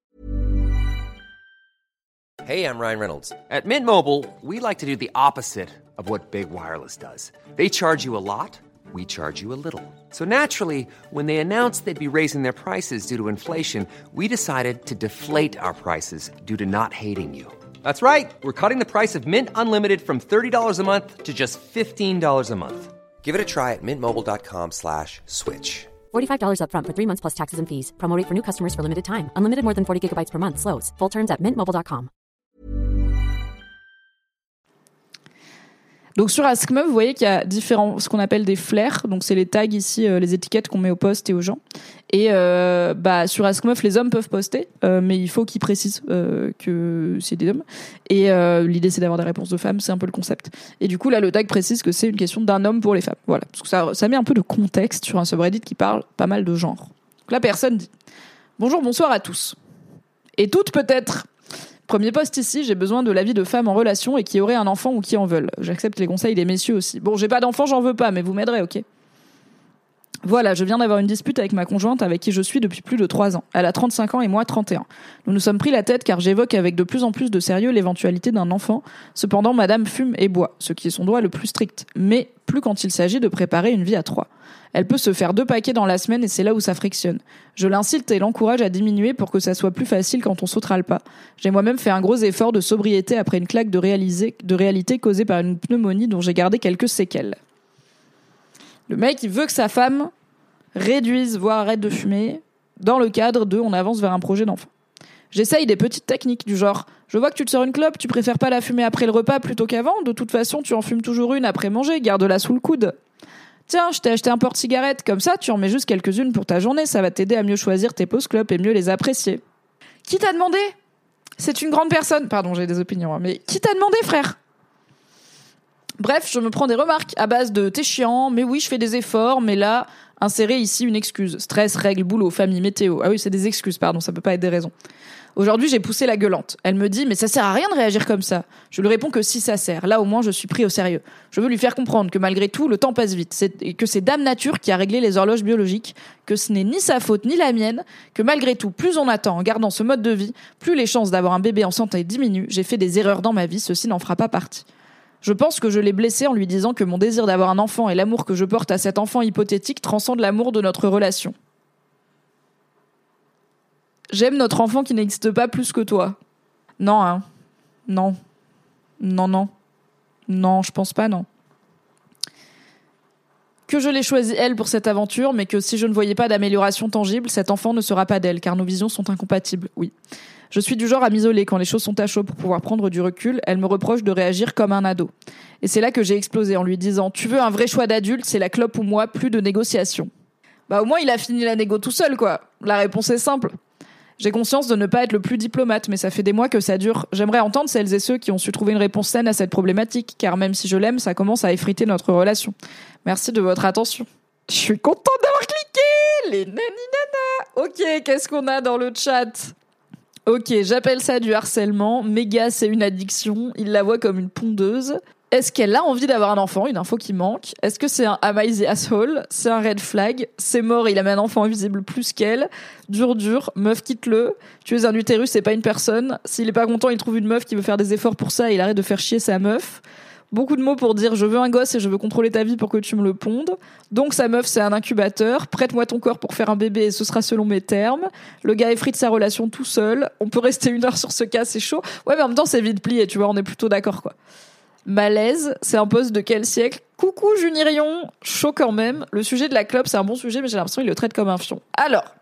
Hey, I'm Ryan Reynolds. At Mint Mobile, we like to do the opposite of what Big Wireless does. They charge you a lot. We charge you a little. So naturally, when they announced they'd be raising their prices due to inflation, we decided to deflate our prices due to not hating you. That's right. We're cutting the price of Mint Unlimited from $30 a month to just $15 a month. Give it a try at mintmobile.com/switch.
$45 up front for 3 months plus taxes and fees. Promo rate for new customers for limited time. Unlimited more than 40 gigabytes per month. Slows full terms at mintmobile.com.
Donc sur Ask Meuf, vous voyez qu'il y a ce qu'on appelle des flares, donc c'est les tags ici, les étiquettes qu'on met au post et aux gens. Et sur Ask Meuf, les hommes peuvent poster, mais il faut qu'ils précisent que c'est des hommes. Et l'idée c'est d'avoir des réponses de femmes, c'est un peu le concept. Et du coup là, le tag précise que c'est une question d'un homme pour les femmes. Voilà, parce que ça met un peu de contexte sur un subreddit qui parle pas mal de genre. Donc la personne dit « Bonjour, bonsoir à tous. Et toutes peut-être. Premier post ici, j'ai besoin de l'avis de femmes en relation et qui auraient un enfant ou qui en veulent. J'accepte les conseils des messieurs aussi. Bon, j'ai pas d'enfant, j'en veux pas, mais vous m'aiderez, ok ? Voilà, je viens d'avoir une dispute avec ma conjointe avec qui je suis depuis plus de 3 ans. Elle a 35 ans et moi 31. Nous nous sommes pris la tête car j'évoque avec de plus en plus de sérieux l'éventualité d'un enfant. Cependant, madame fume et boit, ce qui est son droit le plus strict. Mais plus quand il s'agit de préparer une vie à 3. Elle peut se faire 2 paquets dans la semaine et c'est là où ça frictionne. Je l'incite et l'encourage à diminuer pour que ça soit plus facile quand on sautera le pas. J'ai moi-même fait un gros effort de sobriété après une claque de réalité causée par une pneumonie dont j'ai gardé quelques séquelles. Le mec, il veut que sa femme réduise, voire arrête de fumer, dans le cadre de on avance vers un projet d'enfant. J'essaye des petites techniques du genre je vois que tu te sors une clope, tu préfères pas la fumer après le repas plutôt qu'avant, de toute façon tu en fumes toujours une après manger, garde-la sous le coude. Tiens, je t'ai acheté un porte-cigarette, comme ça tu en mets juste quelques-unes pour ta journée, ça va t'aider à mieux choisir tes pauses clopes et mieux les apprécier. Qui t'a demandé ? C'est une grande personne. Pardon, j'ai des opinions, mais qui t'a demandé, frère ? Bref, je me prends des remarques à base de « t'es chiant, mais oui, je fais des efforts, mais là, insérer ici une excuse. Stress, règles, boulot, famille, météo. » Ah oui, c'est des excuses, pardon, ça peut pas être des raisons. Aujourd'hui, j'ai poussé la gueulante. Elle me dit « mais ça sert à rien de réagir comme ça. » Je lui réponds que si ça sert. Là, au moins, je suis pris au sérieux. Je veux lui faire comprendre que malgré tout, le temps passe vite. Et que c'est Dame Nature qui a réglé les horloges biologiques, que ce n'est ni sa faute ni la mienne, que malgré tout, plus on attend en gardant ce mode de vie, plus les chances d'avoir un bébé en santé diminuent. J'ai fait des erreurs dans ma vie, ceci n'en fera pas partie. Je pense que je l'ai blessé en lui disant que mon désir d'avoir un enfant et l'amour que je porte à cet enfant hypothétique transcendent l'amour de notre relation. J'aime notre enfant qui n'existe pas plus que toi. Non, hein. Non. Non, non. Non, je pense pas, non. Que je l'ai choisie, elle, pour cette aventure, mais que si je ne voyais pas d'amélioration tangible, cet enfant ne sera pas d'elle, car nos visions sont incompatibles, oui. Je suis du genre à m'isoler quand les choses sont à chaud pour pouvoir prendre du recul. Elle me reproche de réagir comme un ado. Et c'est là que j'ai explosé en lui disant « Tu veux un vrai choix d'adulte, c'est la clope ou moi, plus de négociation. » Bah au moins il a fini la négo tout seul, quoi. La réponse est simple. J'ai conscience de ne pas être le plus diplomate, mais ça fait des mois que ça dure. J'aimerais entendre celles et ceux qui ont su trouver une réponse saine à cette problématique, car même si je l'aime, ça commence à effriter notre relation. Merci de votre attention. Je suis contente d'avoir cliqué. Les nani-nana. Ok, qu'est-ce qu'on a dans le chat ? Ok, j'appelle ça du harcèlement. Méga, c'est une addiction. Il la voit comme une pondeuse. Est-ce qu'elle a envie d'avoir un enfant ? Une info qui manque. Est-ce que c'est un am I the asshole ? C'est un red flag. C'est mort, il a mis un enfant invisible plus qu'elle. Dur. Meuf, quitte-le. Tu es un utérus, c'est pas une personne. S'il est pas content, il trouve une meuf qui veut faire des efforts pour ça et il arrête de faire chier sa meuf. Beaucoup de mots pour dire je veux un gosse et je veux contrôler ta vie pour que tu me le pondes. Donc sa meuf c'est un incubateur. Prête-moi ton corps pour faire un bébé et ce sera selon mes termes. Le gars effrite sa relation tout seul. On peut rester 1 heure sur ce cas, c'est chaud. Ouais mais en même temps c'est vite plié, tu vois, on est plutôt d'accord quoi. Malaise, c'est un post de quel siècle ? Coucou Junirion, chaud quand même. Le sujet de la clope c'est un bon sujet mais j'ai l'impression qu'il le traite comme un fion. Alors,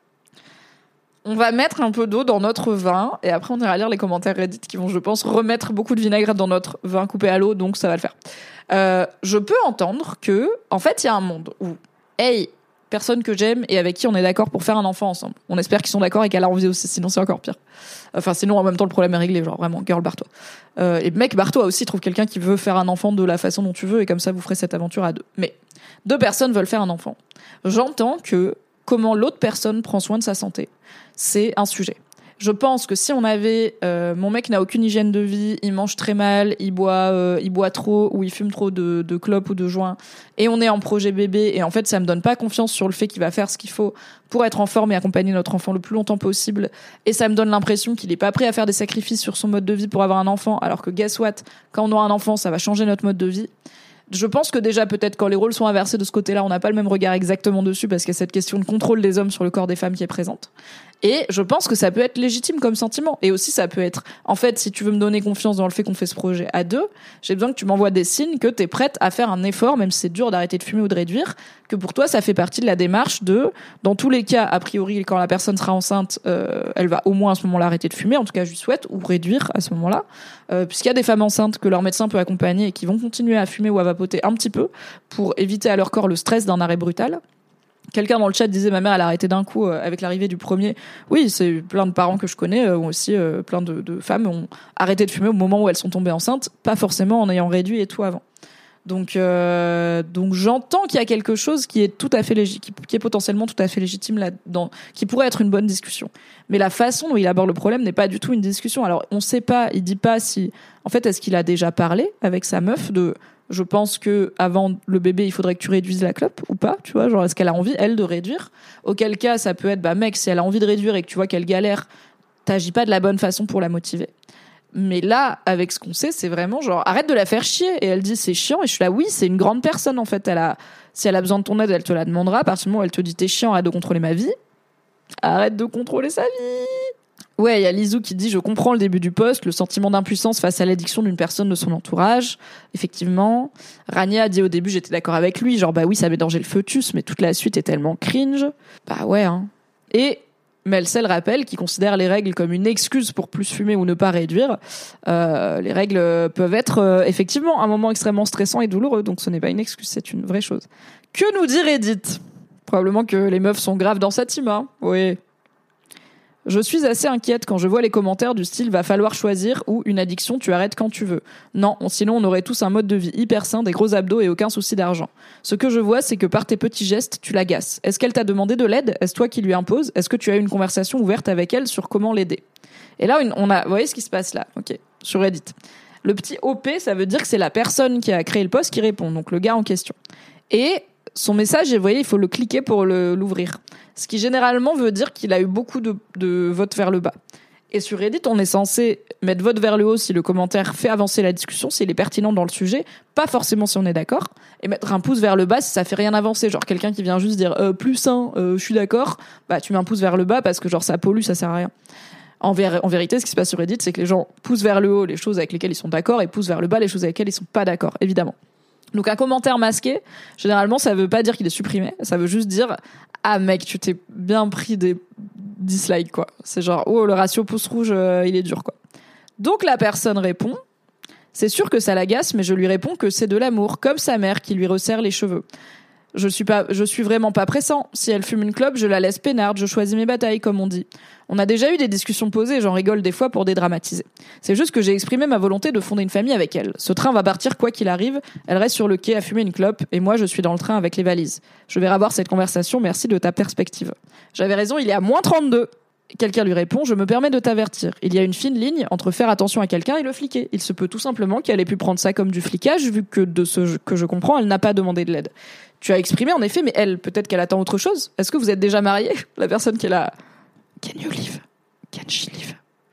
on va mettre un peu d'eau dans notre vin et après on ira lire les commentaires Reddit qui vont, je pense, remettre beaucoup de vinaigre dans notre vin coupé à l'eau, donc ça va le faire. Je peux entendre que, en fait, il y a un monde où, hey, personne que j'aime et avec qui on est d'accord pour faire un enfant ensemble. On espère qu'ils sont d'accord et qu'elle a envie aussi, sinon c'est encore pire. Enfin, sinon en même temps le problème est réglé, genre vraiment, girl, barre-toi. Et mec, barre-toi aussi, trouve quelqu'un qui veut faire un enfant de la façon dont tu veux et comme ça vous ferez cette aventure à 2. Mais 2 personnes veulent faire un enfant. J'entends que comment l'autre personne prend soin de sa santé, c'est un sujet. Je pense que si on avait mon mec n'a aucune hygiène de vie, il mange très mal, il boit trop ou il fume trop de clopes ou de joints et on est en projet bébé et en fait ça me donne pas confiance sur le fait qu'il va faire ce qu'il faut pour être en forme et accompagner notre enfant le plus longtemps possible et ça me donne l'impression qu'il est pas prêt à faire des sacrifices sur son mode de vie pour avoir un enfant alors que guess what, quand on aura un enfant ça va changer notre mode de vie. Je pense que déjà, peut-être, quand les rôles sont inversés de ce côté-là, on n'a pas le même regard exactement dessus parce qu'il y a cette question de contrôle des hommes sur le corps des femmes qui est présente. Et je pense que ça peut être légitime comme sentiment. Et aussi, ça peut être, en fait, si tu veux me donner confiance dans le fait qu'on fait ce projet à 2, j'ai besoin que tu m'envoies des signes que t'es prête à faire un effort, même si c'est dur d'arrêter de fumer ou de réduire, que pour toi, ça fait partie de la démarche de, dans tous les cas, a priori, quand la personne sera enceinte, elle va au moins à ce moment-là arrêter de fumer, en tout cas, je lui souhaite, ou réduire à ce moment-là, puisqu'il y a des femmes enceintes que leur médecin peut accompagner et qui vont continuer à fumer ou à vapoter un petit peu pour éviter à leur corps le stress d'un arrêt brutal. Quelqu'un dans le chat disait ma mère elle a arrêté d'un coup avec l'arrivée du premier. Oui, c'est plein de parents que je connais ont aussi plein de femmes ont arrêté de fumer au moment où elles sont tombées enceintes, pas forcément en ayant réduit et tout avant. Donc j'entends qu'il y a quelque chose qui est tout à fait qui est potentiellement tout à fait légitime là-dedans, qui pourrait être une bonne discussion. Mais la façon dont il aborde le problème n'est pas du tout une discussion. Alors on sait pas, il dit pas si en fait est-ce qu'il a déjà parlé avec sa meuf de je pense que avant le bébé, il faudrait que tu réduises la clope ou pas, tu vois, genre est-ce qu'elle a envie elle de réduire ? Auquel cas ça peut être bah mec, si elle a envie de réduire et que tu vois qu'elle galère, t'agis pas de la bonne façon pour la motiver. Mais là, avec ce qu'on sait, c'est vraiment genre arrête de la faire chier. Et elle dit c'est chiant. Et je suis là oui, c'est une grande personne en fait. Si elle a besoin de ton aide, elle te la demandera. À partir du moment où elle te dit t'es chiant, arrête de contrôler ma vie. Arrête de contrôler sa vie. Ouais, il y a Lizou qui dit je comprends le début du post, le sentiment d'impuissance face à l'addiction d'une personne de son entourage. Effectivement. Rania a dit au début j'étais d'accord avec lui, genre bah oui ça met en danger le foetus, mais toute la suite est tellement cringe. Bah ouais hein. Et Melcel rappelle qu'il considère les règles comme une excuse pour plus fumer ou ne pas réduire. Les règles peuvent être effectivement un moment extrêmement stressant et douloureux, donc ce n'est pas une excuse, c'est une vraie chose. Que nous dit Reddit ? Probablement que les meufs sont graves dans sa team, hein. Oui. Je suis assez inquiète quand je vois les commentaires du style « va falloir choisir » ou « une addiction, tu arrêtes quand tu veux ». Non, sinon on aurait tous un mode de vie hyper sain, des gros abdos et aucun souci d'argent. Ce que je vois, c'est que par tes petits gestes, tu l'agaces. Est-ce qu'elle t'a demandé de l'aide ? Est-ce toi qui lui imposes ? Est-ce que tu as eu une conversation ouverte avec elle sur comment l'aider ? Et là, vous voyez ce qui se passe là, ok, sur Reddit. Le petit OP, ça veut dire que c'est la personne qui a créé le post qui répond, donc le gars en question. Et son message, vous voyez, il faut le cliquer pour l'ouvrir. Ce qui généralement veut dire qu'il a eu beaucoup de votes vers le bas. Et sur Reddit, on est censé mettre vote vers le haut si le commentaire fait avancer la discussion, s'il est pertinent dans le sujet, pas forcément si on est d'accord, et mettre un pouce vers le bas si ça fait rien avancer. Genre quelqu'un qui vient juste dire plus sain, je suis d'accord, bah tu mets un pouce vers le bas parce que genre ça pollue, ça sert à rien. En vérité, ce qui se passe sur Reddit, c'est que les gens poussent vers le haut les choses avec lesquelles ils sont d'accord et poussent vers le bas les choses avec lesquelles ils sont pas d'accord, évidemment. Donc un commentaire masqué, généralement ça veut pas dire qu'il est supprimé, ça veut juste dire ah mec tu t'es bien pris des dislikes quoi. C'est genre oh le ratio pouce rouge il est dur quoi. Donc la personne répond c'est sûr que ça l'agace mais je lui réponds que c'est de l'amour comme sa mère qui lui resserre les cheveux. Je suis vraiment pas pressant. Si elle fume une clope, je la laisse peinarde, je choisis mes batailles, comme on dit. On a déjà eu des discussions posées, j'en rigole des fois pour dédramatiser. C'est juste que j'ai exprimé ma volonté de fonder une famille avec elle. Ce train va partir quoi qu'il arrive, elle reste sur le quai à fumer une clope, et moi je suis dans le train avec les valises. Je vais revoir cette conversation, merci de ta perspective. J'avais raison, il est à -32. Quelqu'un lui répond, je me permets de t'avertir. Il y a une fine ligne entre faire attention à quelqu'un et le fliquer. Il se peut tout simplement qu'elle ait pu prendre ça comme du flicage, vu que de ce que je comprends, elle n'a pas demandé de l'aide. Tu as exprimé en effet, mais elle, peut-être qu'elle attend autre chose. Est-ce que vous êtes déjà mariés ? La personne qui est là. Can you live ? Can she live ?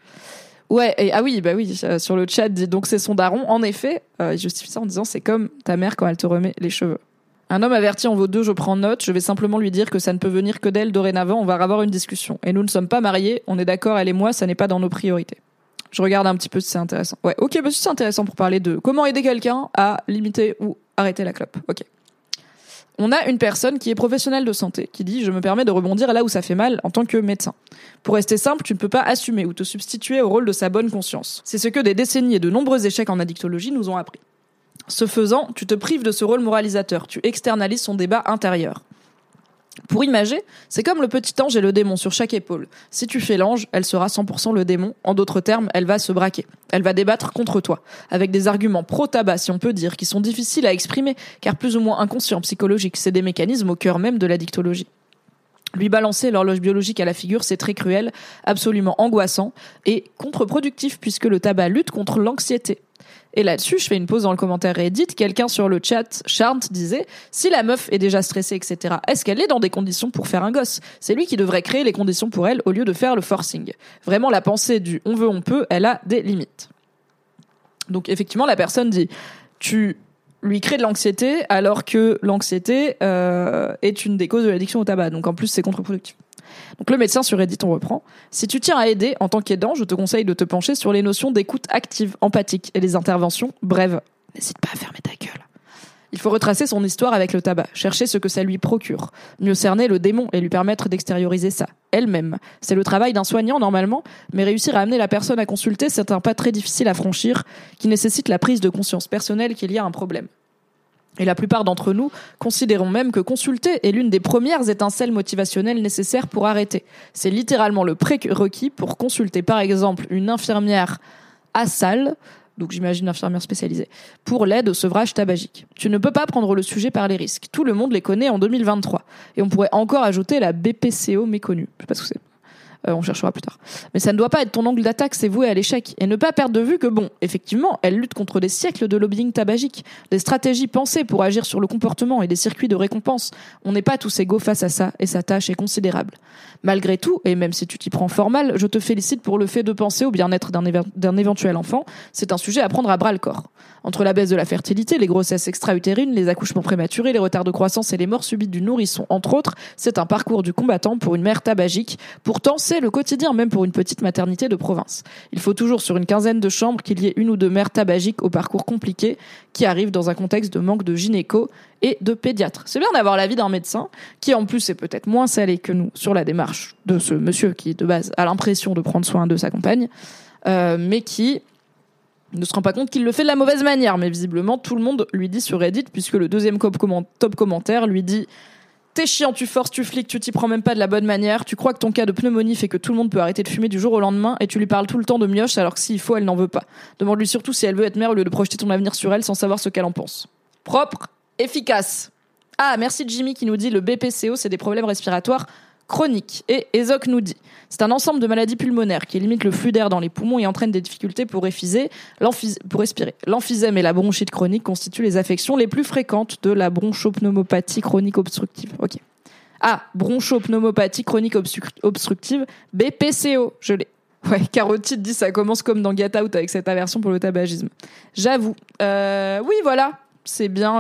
Ouais, et, ah oui, bah oui, sur le chat dit donc c'est son daron. En effet, il justifie ça en disant c'est comme ta mère quand elle te remet les cheveux. Un homme averti en vaut deux, je prends note, je vais simplement lui dire que ça ne peut venir que d'elle dorénavant, on va avoir une discussion. Et nous ne sommes pas mariés, on est d'accord, elle et moi, ça n'est pas dans nos priorités. Je regarde un petit peu si c'est intéressant. Ouais, ok, bah si c'est intéressant pour parler de comment aider quelqu'un à limiter ou arrêter la clope. Ok. On a une personne qui est professionnelle de santé, qui dit « Je me permets de rebondir là où ça fait mal en tant que médecin. Pour rester simple, tu ne peux pas assumer ou te substituer au rôle de sa bonne conscience. C'est ce que des décennies et de nombreux échecs en addictologie nous ont appris. Ce faisant, tu te prives de ce rôle moralisateur, tu externalises son débat intérieur. Pour imager, c'est comme le petit ange et le démon sur chaque épaule. Si tu fais l'ange, elle sera 100% le démon. En d'autres termes, elle va se braquer. Elle va débattre contre toi, avec des arguments pro-tabac, si on peut dire, qui sont difficiles à exprimer, car plus ou moins inconscients, psychologiques. C'est des mécanismes au cœur même de l'addictologie. Lui balancer l'horloge biologique à la figure, c'est très cruel, absolument angoissant et contre-productif, puisque le tabac lutte contre l'anxiété. Et là-dessus, je fais une pause dans le commentaire Reddit. Quelqu'un sur le chat, Charnt, disait « Si la meuf est déjà stressée, etc., est-ce qu'elle est dans des conditions pour faire un gosse ? C'est lui qui devrait créer les conditions pour elle au lieu de faire le forcing. Vraiment, la pensée du « on veut, on peut », elle a des limites. » Donc effectivement, la personne dit « Tu lui crées de l'anxiété alors que l'anxiété est une des causes de l'addiction au tabac. Donc en plus, c'est contre-productif. » Donc le médecin sur Reddit, on reprend. Si tu tiens à aider en tant qu'aidant, je te conseille de te pencher sur les notions d'écoute active, empathique et les interventions brèves. N'hésite pas à fermer ta gueule. Il faut retracer son histoire avec le tabac, chercher ce que ça lui procure, mieux cerner le démon et lui permettre d'extérioriser ça, elle-même. C'est le travail d'un soignant normalement, mais réussir à amener la personne à consulter, c'est un pas très difficile à franchir qui nécessite la prise de conscience personnelle qu'il y a un problème. Et la plupart d'entre nous considérons même que consulter est l'une des premières étincelles motivationnelles nécessaires pour arrêter. C'est littéralement le prérequis pour consulter, par exemple, une infirmière à salle, donc j'imagine infirmière spécialisée, pour l'aide au sevrage tabagique. Tu ne peux pas prendre le sujet par les risques. Tout le monde les connaît en 2023. Et on pourrait encore ajouter la BPCO méconnue. Je sais pas ce que c'est. On cherchera plus tard. Mais ça ne doit pas être ton angle d'attaque, c'est voué à l'échec. Et ne pas perdre de vue que, bon, effectivement, elle lutte contre des siècles de lobbying tabagique, des stratégies pensées pour agir sur le comportement et des circuits de récompense. On n'est pas tous égaux face à ça, et sa tâche est considérable. Malgré tout, et même si tu t'y prends fort mal, je te félicite pour le fait de penser au bien-être d'un éventuel enfant. C'est un sujet à prendre à bras-le-corps. Entre la baisse de la fertilité, les grossesses extra-utérines, les accouchements prématurés, les retards de croissance et les morts subites du nourrisson, entre autres, c'est un parcours du combattant pour une mère tabagique. Pourtant, c'est le quotidien, même pour une petite maternité de province. Il faut toujours sur une quinzaine de chambres qu'il y ait une ou deux mères tabagiques au parcours compliqué qui arrivent dans un contexte de manque de gynéco et de pédiatre. C'est bien d'avoir l'avis d'un médecin qui, en plus, est peut-être moins salé que nous sur la démarche de ce monsieur qui, de base, a l'impression de prendre soin de sa compagne, mais qui ne se rend pas compte qu'il le fait de la mauvaise manière. Mais visiblement, tout le monde lui dit sur Reddit, puisque le deuxième top commentaire lui dit « T'es chiant, tu forces, tu fliques, tu t'y prends même pas de la bonne manière, tu crois que ton cas de pneumonie fait que tout le monde peut arrêter de fumer du jour au lendemain et tu lui parles tout le temps de mioche alors que s'il faut, elle n'en veut pas. Demande-lui surtout si elle veut être mère au lieu de projeter ton avenir sur elle sans savoir ce qu'elle en pense. » Propre, efficace. Ah, merci Jimmy qui nous dit « Le BPCO, c'est des problèmes respiratoires chroniques. » Et Ezoc nous dit « C'est un ensemble de maladies pulmonaires qui limite le flux d'air dans les poumons et entraîne des difficultés pour respirer. L'emphysème et la bronchite chronique constituent les affections les plus fréquentes de la bronchopneumopathie chronique obstructive. » Ok. Ah, bronchopneumopathie chronique obstructive, BPCO, je l'ai. Ouais, Carotide dit ça commence comme dans Get Out avec cette aversion pour le tabagisme. J'avoue. Oui, voilà. C'est bien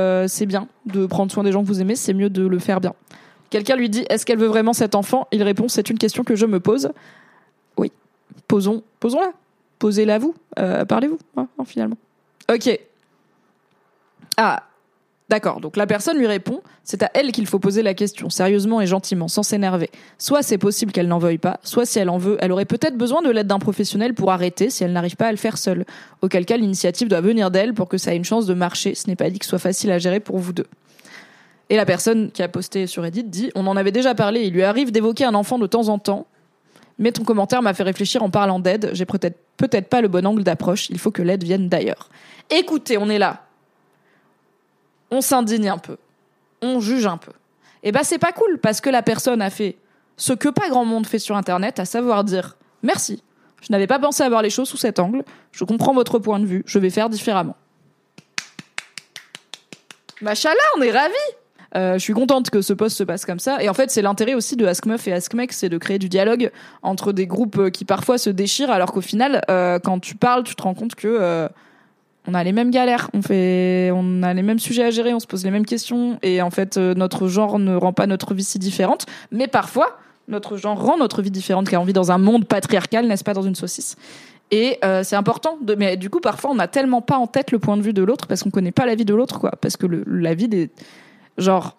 de prendre soin des gens que vous aimez, c'est mieux de le faire bien. Quelqu'un lui dit « Est-ce qu'elle veut vraiment cet enfant ?» Il répond « C'est une question que je me pose. » Oui, posons-la. Posez-la vous. Parlez-vous, hein, finalement. Ok. Ah, d'accord. Donc la personne lui répond « C'est à elle qu'il faut poser la question, sérieusement et gentiment, sans s'énerver. Soit c'est possible qu'elle n'en veuille pas, soit si elle en veut, elle aurait peut-être besoin de l'aide d'un professionnel pour arrêter si elle n'arrive pas à le faire seule. Auquel cas, l'initiative doit venir d'elle pour que ça ait une chance de marcher. Ce n'est pas dit que ce soit facile à gérer pour vous deux. » Et la personne qui a posté sur Reddit dit « On en avait déjà parlé, il lui arrive d'évoquer un enfant de temps en temps, mais ton commentaire m'a fait réfléchir en parlant d'aide. J'ai peut-être pas le bon angle d'approche, il faut que l'aide vienne d'ailleurs. » Écoutez, on est là. On s'indigne un peu. On juge un peu. Et bah c'est pas cool, parce que la personne a fait ce que pas grand monde fait sur Internet, à savoir dire « Merci, je n'avais pas pensé à voir les choses sous cet angle, je comprends votre point de vue, je vais faire différemment. » Machallah, on est ravis. Je suis contente que ce post se passe comme ça. Et en fait, c'est l'intérêt aussi de Ask Meuf et Ask Mec, c'est de créer du dialogue entre des groupes qui parfois se déchirent, alors qu'au final, quand tu parles, tu te rends compte que on a les mêmes galères, on a les mêmes sujets à gérer, on se pose les mêmes questions. Et en fait, notre genre ne rend pas notre vie si différente. Mais parfois, notre genre rend notre vie différente, car on vit dans un monde patriarcal, n'est-ce pas, dans une saucisse. Et c'est important. Mais du coup, parfois, on n'a tellement pas en tête le point de vue de l'autre, parce qu'on connaît pas la vie de l'autre, quoi. Parce que la vie des... Genre,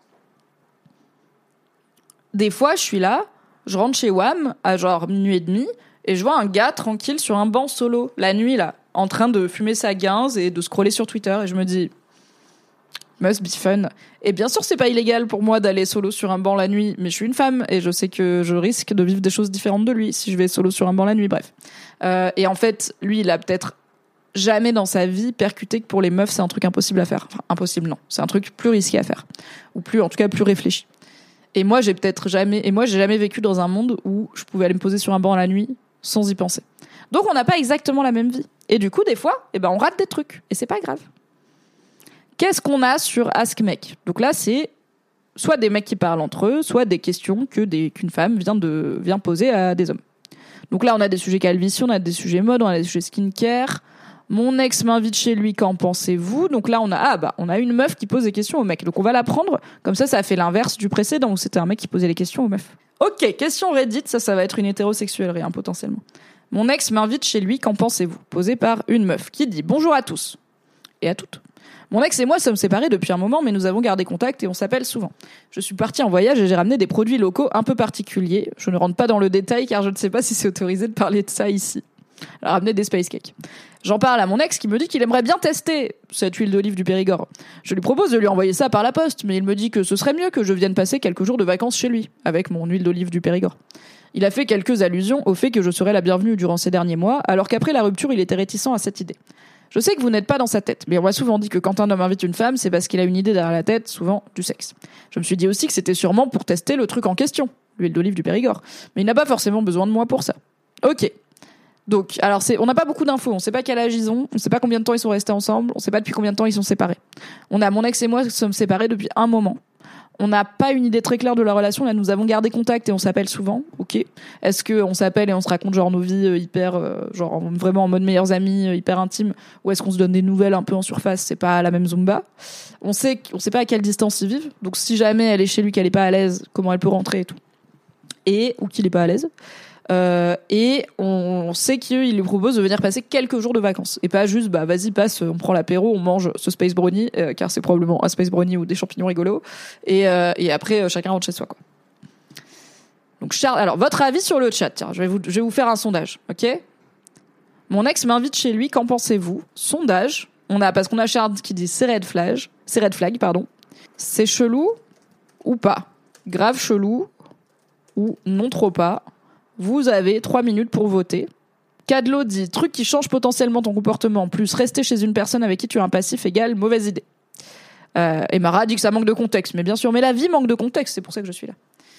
des fois, je suis là, je rentre chez WAM à genre minuit et demi, et je vois un gars tranquille sur un banc solo, la nuit, là, en train de fumer sa guinze et de scroller sur Twitter, et je me dis, must be fun. Et bien sûr, c'est pas illégal pour moi d'aller solo sur un banc la nuit, mais je suis une femme, et je sais que je risque de vivre des choses différentes de lui si je vais solo sur un banc la nuit, bref. Et en fait, lui, il a peut-être jamais dans sa vie percuté que pour les meufs c'est un truc impossible à faire. Enfin, impossible non, c'est un truc plus risqué à faire, ou plus, en tout cas plus réfléchi. Et moi j'ai jamais vécu dans un monde où je pouvais aller me poser sur un banc la nuit sans y penser. Donc on n'a pas exactement la même vie. Et du coup des fois, on rate des trucs et c'est pas grave. Qu'est-ce qu'on a sur Ask Mec ? Donc là c'est soit des mecs qui parlent entre eux, soit des questions qu'une femme vient poser à des hommes. Donc là on a des sujets calvitie, on a des sujets mode, on a des sujets skincare. Mon ex m'invite chez lui, qu'en pensez-vous ? Donc là, on a une meuf qui pose des questions aux mecs. Donc on va la prendre. Comme ça a fait l'inverse du précédent où c'était un mec qui posait les questions aux meufs. Ok, question Reddit, ça va être une hétérosexuelle, rien, potentiellement. Mon ex m'invite chez lui, qu'en pensez-vous ? Posé par une meuf qui dit « Bonjour à tous » et à toutes. Mon ex et moi sommes séparés depuis un moment, mais nous avons gardé contact et on s'appelle souvent. Je suis partie en voyage et j'ai ramené des produits locaux un peu particuliers. Je ne rentre pas dans le détail car je ne sais pas si c'est autorisé de parler de ça ici. Elle a ramené des space cakes. J'en parle à mon ex qui me dit qu'il aimerait bien tester cette huile d'olive du Périgord. Je lui propose de lui envoyer ça par la poste, mais il me dit que ce serait mieux que je vienne passer quelques jours de vacances chez lui, avec mon huile d'olive du Périgord. Il a fait quelques allusions au fait que je serais la bienvenue durant ces derniers mois, alors qu'après la rupture, il était réticent à cette idée. Je sais que vous n'êtes pas dans sa tête, mais on m'a souvent dit que quand un homme invite une femme, c'est parce qu'il a une idée derrière la tête, souvent du sexe. Je me suis dit aussi que c'était sûrement pour tester le truc en question, l'huile d'olive du Périgord. Mais il n'a pas forcément besoin de moi pour ça. Ok. Donc, alors on n'a pas beaucoup d'infos, on sait pas quel âge ils ont, on sait pas combien de temps ils sont restés ensemble, on sait pas depuis combien de temps ils sont séparés. Mon ex et moi sommes séparés depuis un moment. On n'a pas une idée très claire de la relation, là nous avons gardé contact et on s'appelle souvent, ok. Est-ce qu'on s'appelle et on se raconte genre nos vies hyper, genre vraiment en mode meilleurs amis, hyper intimes, ou est-ce qu'on se donne des nouvelles un peu en surface, c'est pas la même Zumba. On sait pas à quelle distance ils vivent, donc si jamais elle est chez lui, qu'elle est pas à l'aise, comment elle peut rentrer et tout. Ou qu'il est pas à l'aise. Et on sait qu'il lui propose de venir passer quelques jours de vacances et pas juste vas-y passe, on prend l'apéro, on mange ce space brownie car c'est probablement un space brownie ou des champignons rigolos et après chacun rentre chez soi quoi. Donc Charles, alors votre avis sur le chat, tiens, je vais vous faire un sondage, ok. Mon ex m'invite chez lui, qu'en pensez-vous? Sondage, parce qu'on a Charles qui dit c'est red flag, c'est chelou ou pas, grave chelou ou non trop pas. Vous avez 3 minutes pour voter. Cadlo dit « Truc qui change potentiellement ton comportement, plus rester chez une personne avec qui tu as un passif égale mauvaise idée. » Et Mara dit que ça manque de contexte. Mais bien sûr, mais la vie manque de contexte, c'est pour ça que je suis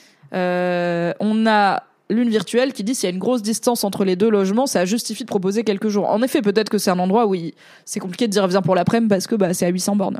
là. On a Lune Virtuelle qui dit « S'il y a une grosse distance entre les deux logements, ça justifie de proposer quelques jours. » En effet, peut-être que c'est un endroit où c'est compliqué de dire « Viens pour l'après-midi » parce que c'est à 800 bornes.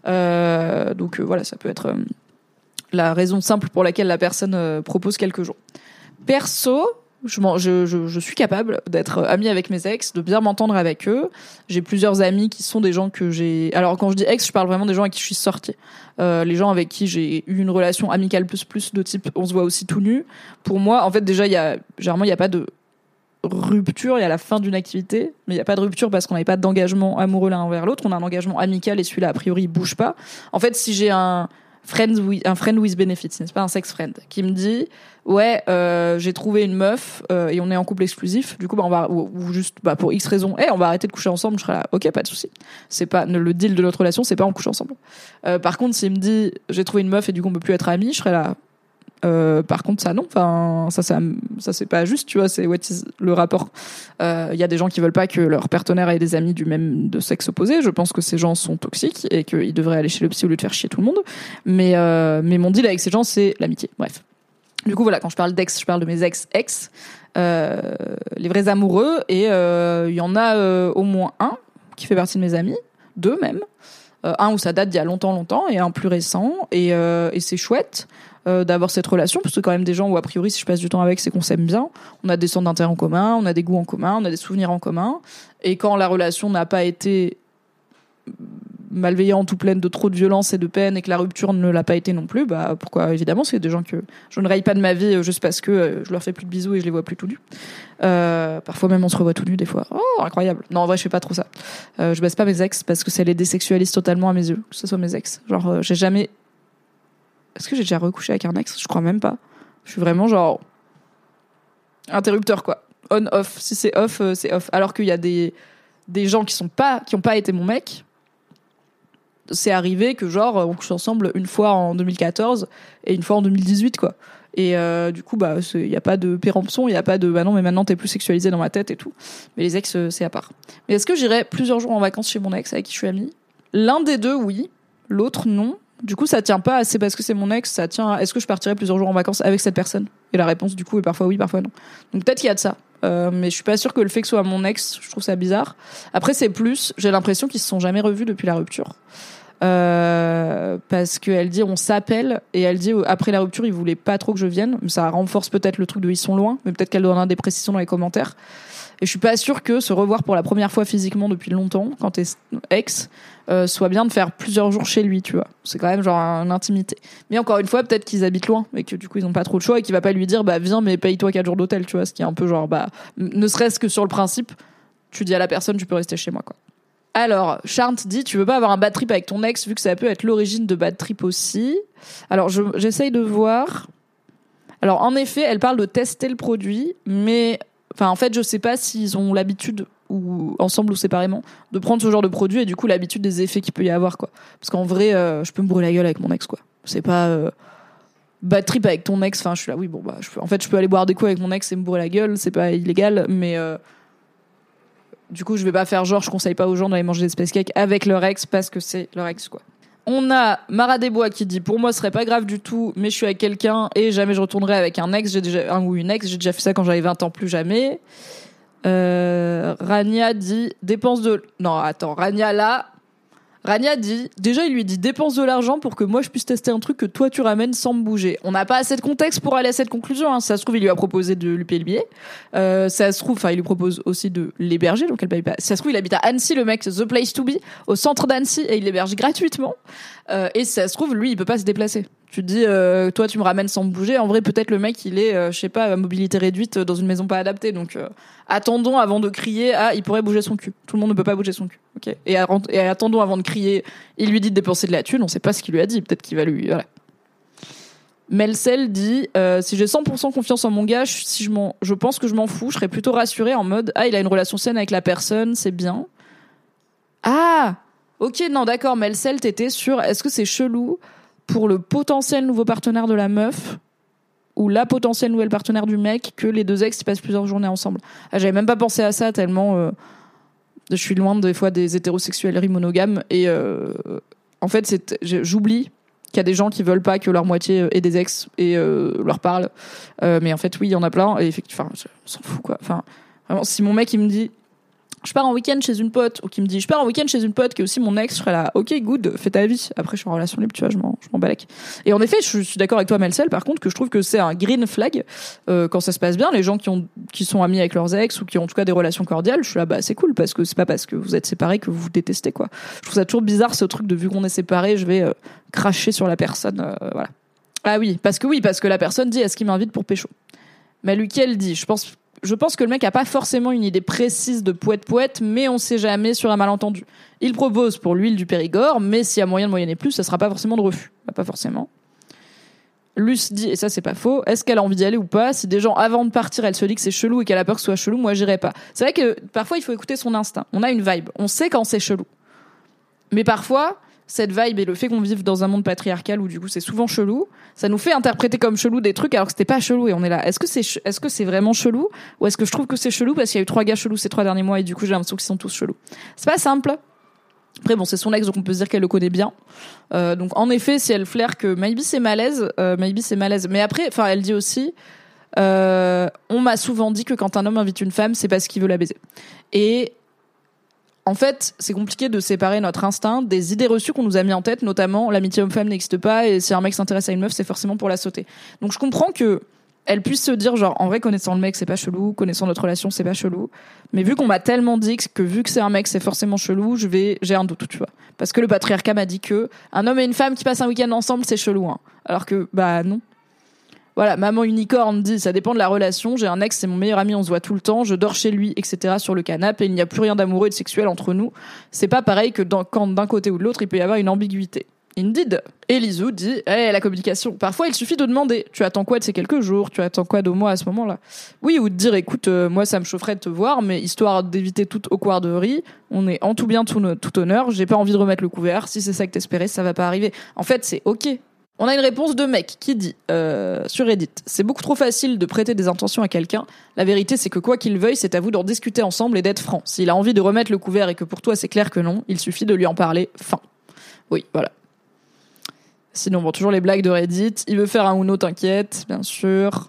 Donc voilà, ça peut être la raison simple pour laquelle la personne propose quelques jours. Perso, je suis capable d'être amie avec mes ex, de bien m'entendre avec eux. J'ai plusieurs amis qui sont des gens que j'ai... Alors quand je dis ex, je parle vraiment des gens avec qui je suis sortie. Les gens avec qui j'ai eu une relation amicale plus de type on se voit aussi tout nu. Pour moi, en fait, déjà, généralement, il n'y a pas de rupture, il y a la fin d'une activité, mais il n'y a pas de rupture parce qu'on n'avait pas d'engagement amoureux l'un envers l'autre. On a un engagement amical et celui-là, a priori, il bouge pas. En fait, si j'ai un friend with benefits, n'est-ce pas, un sex friend, qui me dit ouais, j'ai trouvé une meuf et on est en couple exclusif, du coup on va ou juste pour X raison, on va arrêter de coucher ensemble, je serai là, ok, pas de souci. C'est pas le deal de notre relation, c'est pas on couche ensemble. Par contre, s'il me dit j'ai trouvé une meuf et du coup on peut plus être amis, je serai là. Par contre ça non, enfin ça c'est pas juste, tu vois, c'est what is le rapport. Il y a des gens qui veulent pas que leur partenaire ait des amis de sexe opposé. Je pense que ces gens sont toxiques et qu'ils devraient aller chez le psy au lieu de faire chier tout le monde. Mais mon deal avec ces gens, c'est l'amitié. Bref. Du coup voilà, quand je parle d'ex, je parle de mes ex, les vrais amoureux, et il y en a au moins un qui fait partie de mes amis, 2 même. Un où ça date d'il y a longtemps et un plus récent, et c'est chouette d'avoir cette relation, parce que quand même des gens où a priori si je passe du temps avec, c'est qu'on s'aime bien, on a des centres d'intérêt en commun, on a des goûts en commun, on a des souvenirs en commun, et quand la relation n'a pas été malveillante ou pleine de trop de violence et de peine, et que la rupture ne l'a pas été non plus, pourquoi, évidemment, c'est des gens que je ne raye pas de ma vie juste parce que je leur fais plus de bisous et je les vois plus tout nus. Parfois même on se revoit tout nus des fois. Oh, incroyable. Non, en vrai je fais pas trop ça. Je baisse pas mes ex parce que ça les désexualise totalement à mes yeux, que ce soit mes ex. Genre j'ai jamais... Est-ce que j'ai déjà recouché avec un ex? Je crois même pas. Je suis vraiment genre interrupteur quoi. On off. Si c'est off, c'est off. Alors qu'il y a des gens qui ont pas été mon mec. C'est arrivé que genre on couche ensemble une fois en 2014 et une fois en 2018 quoi. Et du coup il y a pas de péremption, il y a pas de non mais maintenant t'es plus sexualisé dans ma tête et tout. Mais les ex c'est à part. Mais est-ce que j'irais plusieurs jours en vacances chez mon ex avec qui je suis amie? L'un des deux oui, l'autre non. Du coup ça tient pas, c'est parce que c'est mon ex, ça tient à est-ce que je partirais plusieurs jours en vacances avec cette personne? Et la réponse du coup est parfois oui, parfois non. Donc peut-être qu'il y a de ça. Mais je suis pas sûre que le fait que ce soit mon ex, je trouve ça bizarre. Après c'est plus, j'ai l'impression qu'ils se sont jamais revus depuis la rupture. Parce qu'elle dit on s'appelle, et elle dit après la rupture il voulait pas trop que je vienne, ça renforce peut-être le truc de ils sont loin, mais peut-être qu'elle donnera des précisions dans les commentaires. Et je suis pas sûre que se revoir pour la première fois physiquement depuis longtemps quand t'es ex soit bien de faire plusieurs jours chez lui, tu vois. C'est quand même genre une intimité. Mais encore une fois peut-être qu'ils habitent loin et que du coup ils ont pas trop de choix et qu'il va pas lui dire viens mais paye-toi 4 jours d'hôtel, tu vois, ce qui est un peu genre ne serait-ce que sur le principe tu dis à la personne tu peux rester chez moi quoi. Alors, Charnt dit, tu veux pas avoir un bad trip avec ton ex, vu que ça peut être l'origine de bad trip aussi. Alors, j'essaye de voir. Alors, en effet, elle parle de tester le produit, mais Enfin, en fait, je sais pas s'ils ont l'habitude, ou ensemble ou séparément, de prendre ce genre de produit et du coup l'habitude des effets qu'il peut y avoir, quoi. Parce qu'en vrai, je peux me brûler la gueule avec mon ex, quoi. C'est pas bad trip avec ton ex. Enfin, je suis là, oui, bon, bah, je peux aller boire des coups avec mon ex et me bourrer la gueule, c'est pas illégal, mais du coup, je vais pas faire genre, je conseille pas aux gens d'aller manger des space cakes avec leur ex parce que c'est leur ex, quoi. On a Mara Desbois qui dit, pour moi, ce serait pas grave du tout, mais je suis avec quelqu'un et jamais je retournerai avec un ex, ou une ex, j'ai déjà fait ça quand j'avais 20 ans, plus jamais. Rania dit, Rania dit, déjà il lui dit dépense de l'argent pour que moi je puisse tester un truc que toi tu ramènes sans me bouger. On n'a pas assez de contexte pour aller à cette conclusion, hein. Ça se trouve il lui a proposé de lui payer le billet. Ça se trouve, il lui propose aussi de l'héberger, donc elle paye pas. Ça se trouve il habite à Annecy, le mec, The Place to Be, au centre d'Annecy, et il l'héberge gratuitement. Et ça se trouve lui il peut pas se déplacer. Tu te dis, toi tu me ramènes sans me bouger. En vrai peut-être le mec il est, je sais pas, à mobilité réduite dans une maison pas adaptée. Donc attendons avant de crier, il pourrait bouger son cul. Tout le monde ne peut pas bouger son cul. Ok. Et attendons avant de crier, il lui dit de dépenser de la thune. On sait pas ce qu'il lui a dit. Peut-être qu'il va lui, voilà. Melcel dit, si j'ai 100% confiance en mon gars, je pense que je m'en fous. Je serais plutôt rassurée en mode, il a une relation saine avec la personne, c'est bien. Ok, non, d'accord. Melcel, t'étais sur, est-ce que c'est chelou pour le potentiel nouveau partenaire de la meuf ou la potentielle nouvelle partenaire du mec que les deux ex ils passent plusieurs journées ensemble. J'avais même pas pensé à ça tellement je suis loin des fois des hétérosexuels monogames et en fait j'oublie qu'il y a des gens qui veulent pas que leur moitié ait des ex et leur parle, mais en fait oui il y en a plein et effectivement, on s'en fout, quoi. Enfin vraiment, si mon mec il me dit je pars en week-end chez une pote, ou qui me dit je pars en week-end chez une pote qui est aussi mon ex, je serais là, ok, good, fais ta vie. Après, je suis en relation libre, tu vois, je m'en balèque. Et en effet, je suis d'accord avec toi, Melcel, par contre, que je trouve que c'est un green flag quand ça se passe bien. Les gens qui sont amis avec leurs ex ou qui ont en tout cas des relations cordiales, je suis là, bah c'est cool, parce que c'est pas parce que vous êtes séparés que vous vous détestez, quoi. Je trouve ça toujours bizarre, ce truc de vu qu'on est séparés, je vais cracher sur la personne, voilà. Ah oui, parce que la personne dit, est-ce qu'il m'invite pour pécho? Mais Luciel dit, je pense que le mec a pas forcément une idée précise de poète, mais on sait jamais sur un malentendu. Il propose pour l'huile du Périgord, mais s'il y a moyen de moyenner plus, ça sera pas forcément de refus. Pas forcément. Luce dit, et ça c'est pas faux, est-ce qu'elle a envie d'y aller ou pas? Si des gens avant de partir, elle se dit que c'est chelou et qu'elle a peur que ce soit chelou, moi j'irai pas. C'est vrai que parfois il faut écouter son instinct. On a une vibe, on sait quand c'est chelou. Mais parfois, cette vibe et le fait qu'on vive dans un monde patriarcal où du coup c'est souvent chelou, ça nous fait interpréter comme chelou des trucs alors que c'était pas chelou, et on est là. Est-ce que c'est vraiment chelou, ou est-ce que je trouve que c'est chelou parce qu'il y a eu 3 gars chelous ces 3 derniers mois et du coup j'ai l'impression qu'ils sont tous chelous? C'est pas simple. Après bon, c'est son ex donc on peut se dire qu'elle le connaît bien. Donc en effet, si elle flaire que maybe c'est malaise. Mais après, enfin elle dit aussi, on m'a souvent dit que quand un homme invite une femme, c'est parce qu'il veut la baiser. Et en fait, c'est compliqué de séparer notre instinct des idées reçues qu'on nous a mis en tête, notamment l'amitié homme-femme n'existe pas et si un mec s'intéresse à une meuf, c'est forcément pour la sauter. Donc je comprends que elle puisse se dire genre en vrai, connaissant le mec, c'est pas chelou, connaissant notre relation, c'est pas chelou. Mais vu qu'on m'a tellement dit que vu que c'est un mec, c'est forcément chelou, j'ai un doute, tu vois. Parce que le patriarcat m'a dit que un homme et une femme qui passent un week-end ensemble, c'est chelou, hein. Alors que bah non. Voilà, maman unicorne dit, ça dépend de la relation. J'ai un ex, c'est mon meilleur ami, on se voit tout le temps. Je dors chez lui, etc. sur le canapé. Et il n'y a plus rien d'amoureux et de sexuel entre nous. C'est pas pareil que quand d'un côté ou de l'autre, il peut y avoir une ambiguïté. Indeed. Elisou dit, la communication. Parfois, il suffit de demander. Tu attends quoi de ces quelques jours? Tu attends quoi de moi à ce moment-là? Oui, ou de dire, écoute, moi, ça me chaufferait de te voir, mais histoire d'éviter toute awkwarderie, on est en tout bien, tout honneur. J'ai pas envie de remettre le couvert. Si c'est ça que t'espérais, ça va pas arriver. En fait, c'est ok. On a une réponse de mec qui dit sur Reddit, c'est beaucoup trop facile de prêter des intentions à quelqu'un. La vérité, c'est que quoi qu'il veuille, c'est à vous d'en discuter ensemble et d'être franc. S'il a envie de remettre le couvert et que pour toi c'est clair que non, il suffit de lui en parler. Fin. Oui, voilà. Sinon, bon, toujours les blagues de Reddit. Il veut faire un Uno, t'inquiète, bien sûr.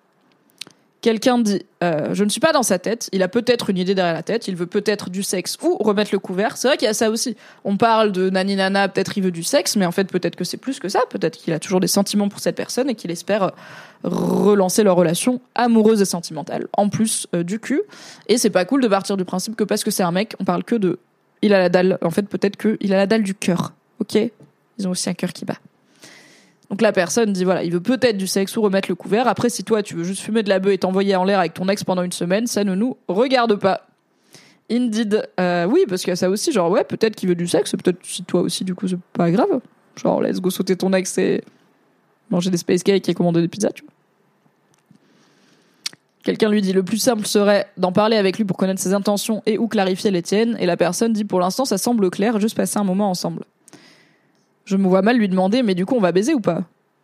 Quelqu'un dit, je ne suis pas dans sa tête, il a peut-être une idée derrière la tête, il veut peut-être du sexe ou remettre le couvert. C'est vrai qu'il y a ça aussi. On parle de nani nana, peut-être il veut du sexe, mais en fait peut-être que c'est plus que ça. Peut-être qu'il a toujours des sentiments pour cette personne et qu'il espère relancer leur relation amoureuse et sentimentale, en plus du cul. Et c'est pas cool de partir du principe que parce que c'est un mec, on parle que de il a la dalle. En fait, peut-être qu'il a la dalle du cœur, ok? Ils ont aussi un cœur qui bat. Donc la personne dit voilà, il veut peut-être du sexe ou remettre le couvert. Après, si toi tu veux juste fumer de la beuh et t'envoyer en l'air avec ton ex pendant une semaine, ça ne nous regarde pas. Indeed, oui, parce qu'il y a ça aussi, genre ouais, peut-être qu'il veut du sexe, peut-être si toi aussi du coup c'est pas grave. Genre let's go sauter ton ex et manger des space cakes et commander des pizzas, tu vois. Quelqu'un lui dit le plus simple serait d'en parler avec lui pour connaître ses intentions et ou clarifier les tiennes. Et la personne dit pour l'instant ça semble clair, juste passer un moment ensemble. Je me vois mal lui demander mais du coup on va baiser ou pas ?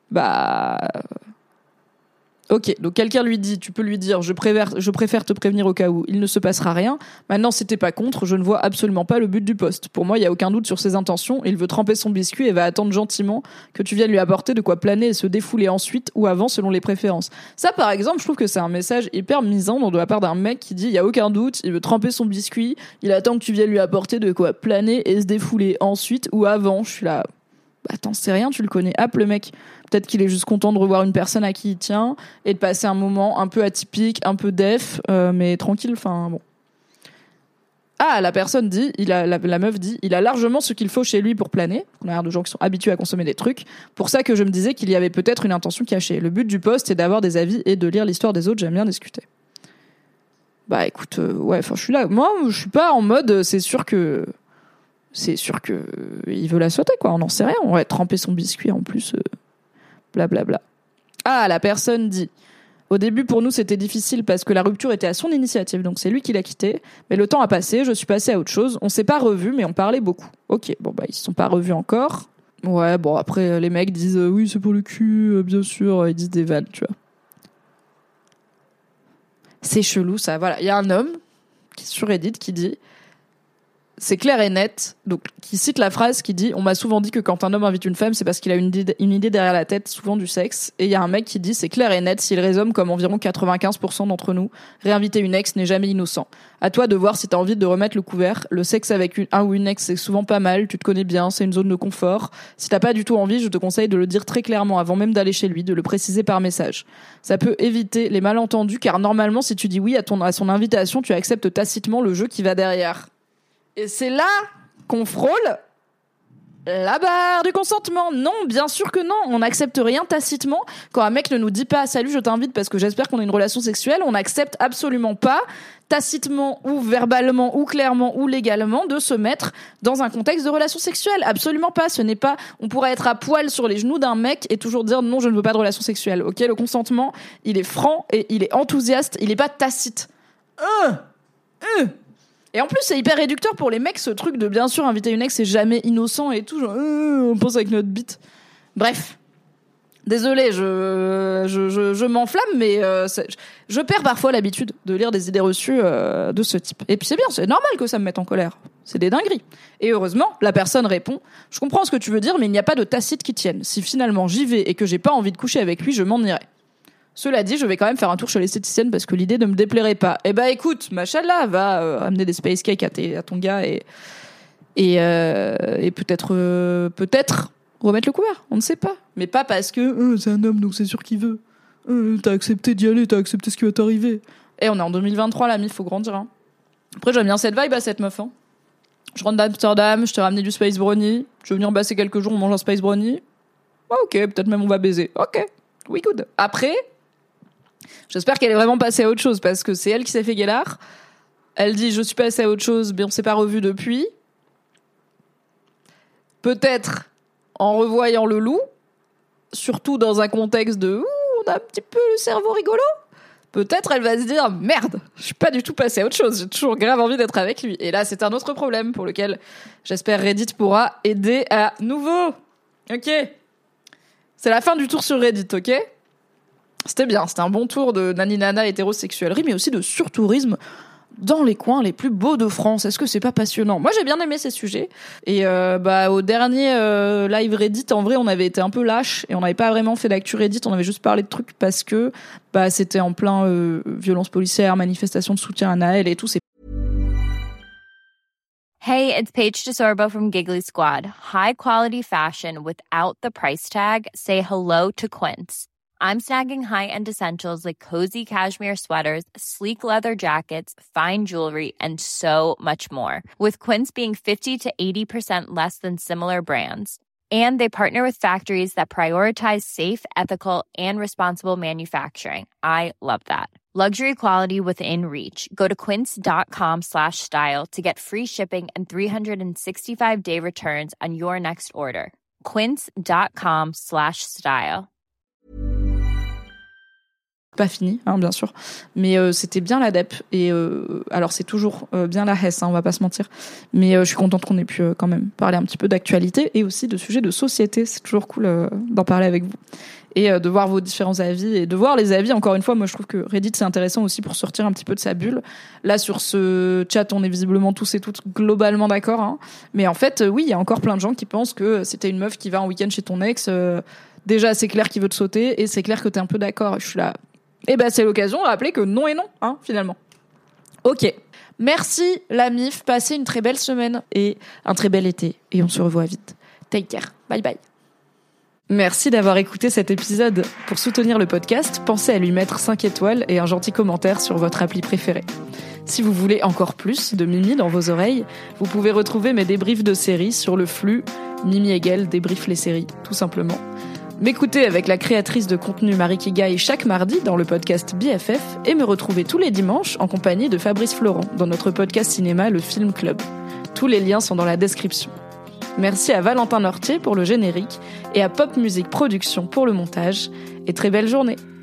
Ok, donc quelqu'un lui dit, tu peux lui dire je préfère te prévenir au cas où il ne se passera rien. Maintenant, si t'es pas contre, je ne vois absolument pas le but du poste. Pour moi, il y a aucun doute sur ses intentions. Il veut tremper son biscuit et va attendre gentiment que tu viennes lui apporter de quoi planer et se défouler ensuite ou avant selon les préférences. Ça, par exemple, je trouve que c'est un message hyper misandre de la part d'un mec qui dit il y a aucun doute, il veut tremper son biscuit, il attend que tu viennes lui apporter de quoi planer et se défouler ensuite ou avant. Je suis là. Attends, c'est rien, tu le connais. Hop, le mec. Peut-être qu'il est juste content de revoir une personne à qui il tient et de passer un moment un peu atypique, un peu def, mais tranquille, enfin bon. Ah, la personne dit, la meuf dit, il a largement ce qu'il faut chez lui pour planer. On a l'air de gens qui sont habitués à consommer des trucs. Pour ça que je me disais qu'il y avait peut-être une intention cachée. Le but du poste est d'avoir des avis et de lire l'histoire des autres, j'aime bien discuter. Bah écoute, ouais, enfin je suis là. Moi, je suis pas en mode, c'est sûr que il veut la sauter, quoi. On n'en sait rien. On va tremper son biscuit en plus. Blablabla. Ah, la personne dit au début pour nous c'était difficile parce que la rupture était à son initiative, donc c'est lui qui l'a quitté, mais le temps a passé, je suis passée à autre chose, on s'est pas revus mais on parlait beaucoup. Ok, bon bah ils se sont pas revus encore. Ouais, bon après les mecs disent oui c'est pour le cul, bien sûr, ils disent des vannes, tu vois. C'est chelou ça, voilà. Il y a un homme qui est sur Reddit qui dit c'est clair et net, donc qui cite la phrase qui dit « On m'a souvent dit que quand un homme invite une femme, c'est parce qu'il a une idée derrière la tête, souvent du sexe. » Et il y a un mec qui dit « C'est clair et net, s'il résume comme environ 95% d'entre nous, réinviter une ex n'est jamais innocent. À toi de voir si t'as envie de remettre le couvert. Le sexe avec un ou une ex, c'est souvent pas mal, tu te connais bien, c'est une zone de confort. Si t'as pas du tout envie, je te conseille de le dire très clairement avant même d'aller chez lui, de le préciser par message. Ça peut éviter les malentendus, car normalement, si tu dis oui à son invitation, tu acceptes tacitement le jeu qui va derrière. » Et c'est là qu'on frôle la barre du consentement. Non, bien sûr que non. On n'accepte rien tacitement. Quand un mec ne nous dit pas « Salut, je t'invite parce que j'espère qu'on a une relation sexuelle », on n'accepte absolument pas, tacitement ou verbalement ou clairement ou légalement, de se mettre dans un contexte de relation sexuelle. Absolument pas. Ce n'est pas... On pourrait être à poil sur les genoux d'un mec et toujours dire « Non, je ne veux pas de relation sexuelle ». Ok, le consentement, il est franc et il est enthousiaste. Il est pas tacite. Et en plus, c'est hyper réducteur pour les mecs, ce truc de bien sûr inviter une ex, c'est jamais innocent et tout, genre, on pense avec notre bite. Bref. Désolée, je m'enflamme, mais je perds parfois l'habitude de lire des idées reçues de ce type. Et puis c'est bien, c'est normal que ça me mette en colère. C'est des dingueries. Et heureusement, la personne répond « Je comprends ce que tu veux dire, mais il n'y a pas de tacite qui tienne. Si finalement j'y vais et que j'ai pas envie de coucher avec lui, je m'en irai. » Cela dit, je vais quand même faire un tour chez l'esthéticienne parce que l'idée ne me déplairait pas. Eh ben écoute, machallah, va amener des space cakes à ton gars et peut-être remettre le couvert. On ne sait pas. Mais pas parce que c'est un homme donc c'est sûr qu'il veut. T'as accepté d'y aller, t'as accepté ce qui va t'arriver. Et on est en 2023, l'ami, faut grandir. Hein. Après, j'aime bien cette vibe à cette meuf. Hein. Je rentre d'Amsterdam, je t'ai ramené du space brownie. Je veux venir passer quelques jours, on mange un space brownie. Ah, ok, peut-être même on va baiser. Ok, we good. Après... J'espère qu'elle est vraiment passée à autre chose parce que c'est elle qui s'est fait guélard. Elle dit je suis passée à autre chose mais on s'est pas revus depuis. Peut-être en revoyant le loup, surtout dans un contexte de on a un petit peu le cerveau rigolo. Peut-être elle va se dire merde, je suis pas du tout passée à autre chose, j'ai toujours grave envie d'être avec lui. Et là c'est un autre problème pour lequel j'espère Reddit pourra aider à nouveau. Ok, c'est la fin du tour sur Reddit, ok. C'était bien, c'était un bon tour de naninana hétérosexuellerie, mais aussi de surtourisme dans les coins les plus beaux de France. Est-ce que c'est pas passionnant ? Moi, j'ai bien aimé ces sujets. Et au dernier live Reddit, en vrai, on avait été un peu lâche et on n'avait pas vraiment fait d'actu Reddit. On avait juste parlé de trucs parce que c'était en plein violence policière, manifestation de soutien à Naël et tout.
Hey, it's Paige DeSorbo from Giggly Squad. High quality fashion without the price tag. Say hello to Quince. I'm snagging high-end essentials like cozy cashmere sweaters, sleek leather jackets, fine jewelry, and so much more. With Quince being 50 to 80% less than similar brands. And they partner with factories that prioritize safe, ethical, and responsible manufacturing. I love that. Luxury quality within reach. Go to quince.com/style to get free shipping and 365-day returns on your next order. Quince.com/style.
Pas fini, bien sûr. Mais c'était bien la DEP. Et alors, c'est toujours bien la Hesse, on va pas se mentir. Mais je suis contente qu'on ait pu quand même parler un petit peu d'actualité et aussi de sujets de société. C'est toujours cool d'en parler avec vous. Et de voir vos différents avis et de voir les avis. Encore une fois, moi, je trouve que Reddit, c'est intéressant aussi pour sortir un petit peu de sa bulle. Là, sur ce chat, on est visiblement tous et toutes globalement d'accord. Hein. Mais en fait, oui, il y a encore plein de gens qui pensent que c'était une meuf qui va en week-end chez ton ex. Déjà, c'est clair qu'il veut te sauter et c'est clair que t'es un peu d'accord. Je suis là. Eh ben, c'est l'occasion de rappeler que non et non, hein, finalement. Ok. Merci, la MIF. Passez une très belle semaine et un très bel été. Et on se revoit vite. Take care. Bye bye. Merci d'avoir écouté cet épisode. Pour soutenir le podcast, pensez à lui mettre 5 étoiles et un gentil commentaire sur votre appli préférée. Si vous voulez encore plus de Mimi dans vos oreilles, vous pouvez retrouver mes débriefs de séries sur le flux Mimi Hegel débrief les séries, tout simplement. M'écouter avec la créatrice de contenu Marie Kigai chaque mardi dans le podcast BFF et me retrouver tous les dimanches en compagnie de Fabrice Florent dans notre podcast cinéma Le Film Club. Tous les liens sont dans la description. Merci à Valentin Nortier pour le générique et à Pop Music Production pour le montage. Et très belle journée.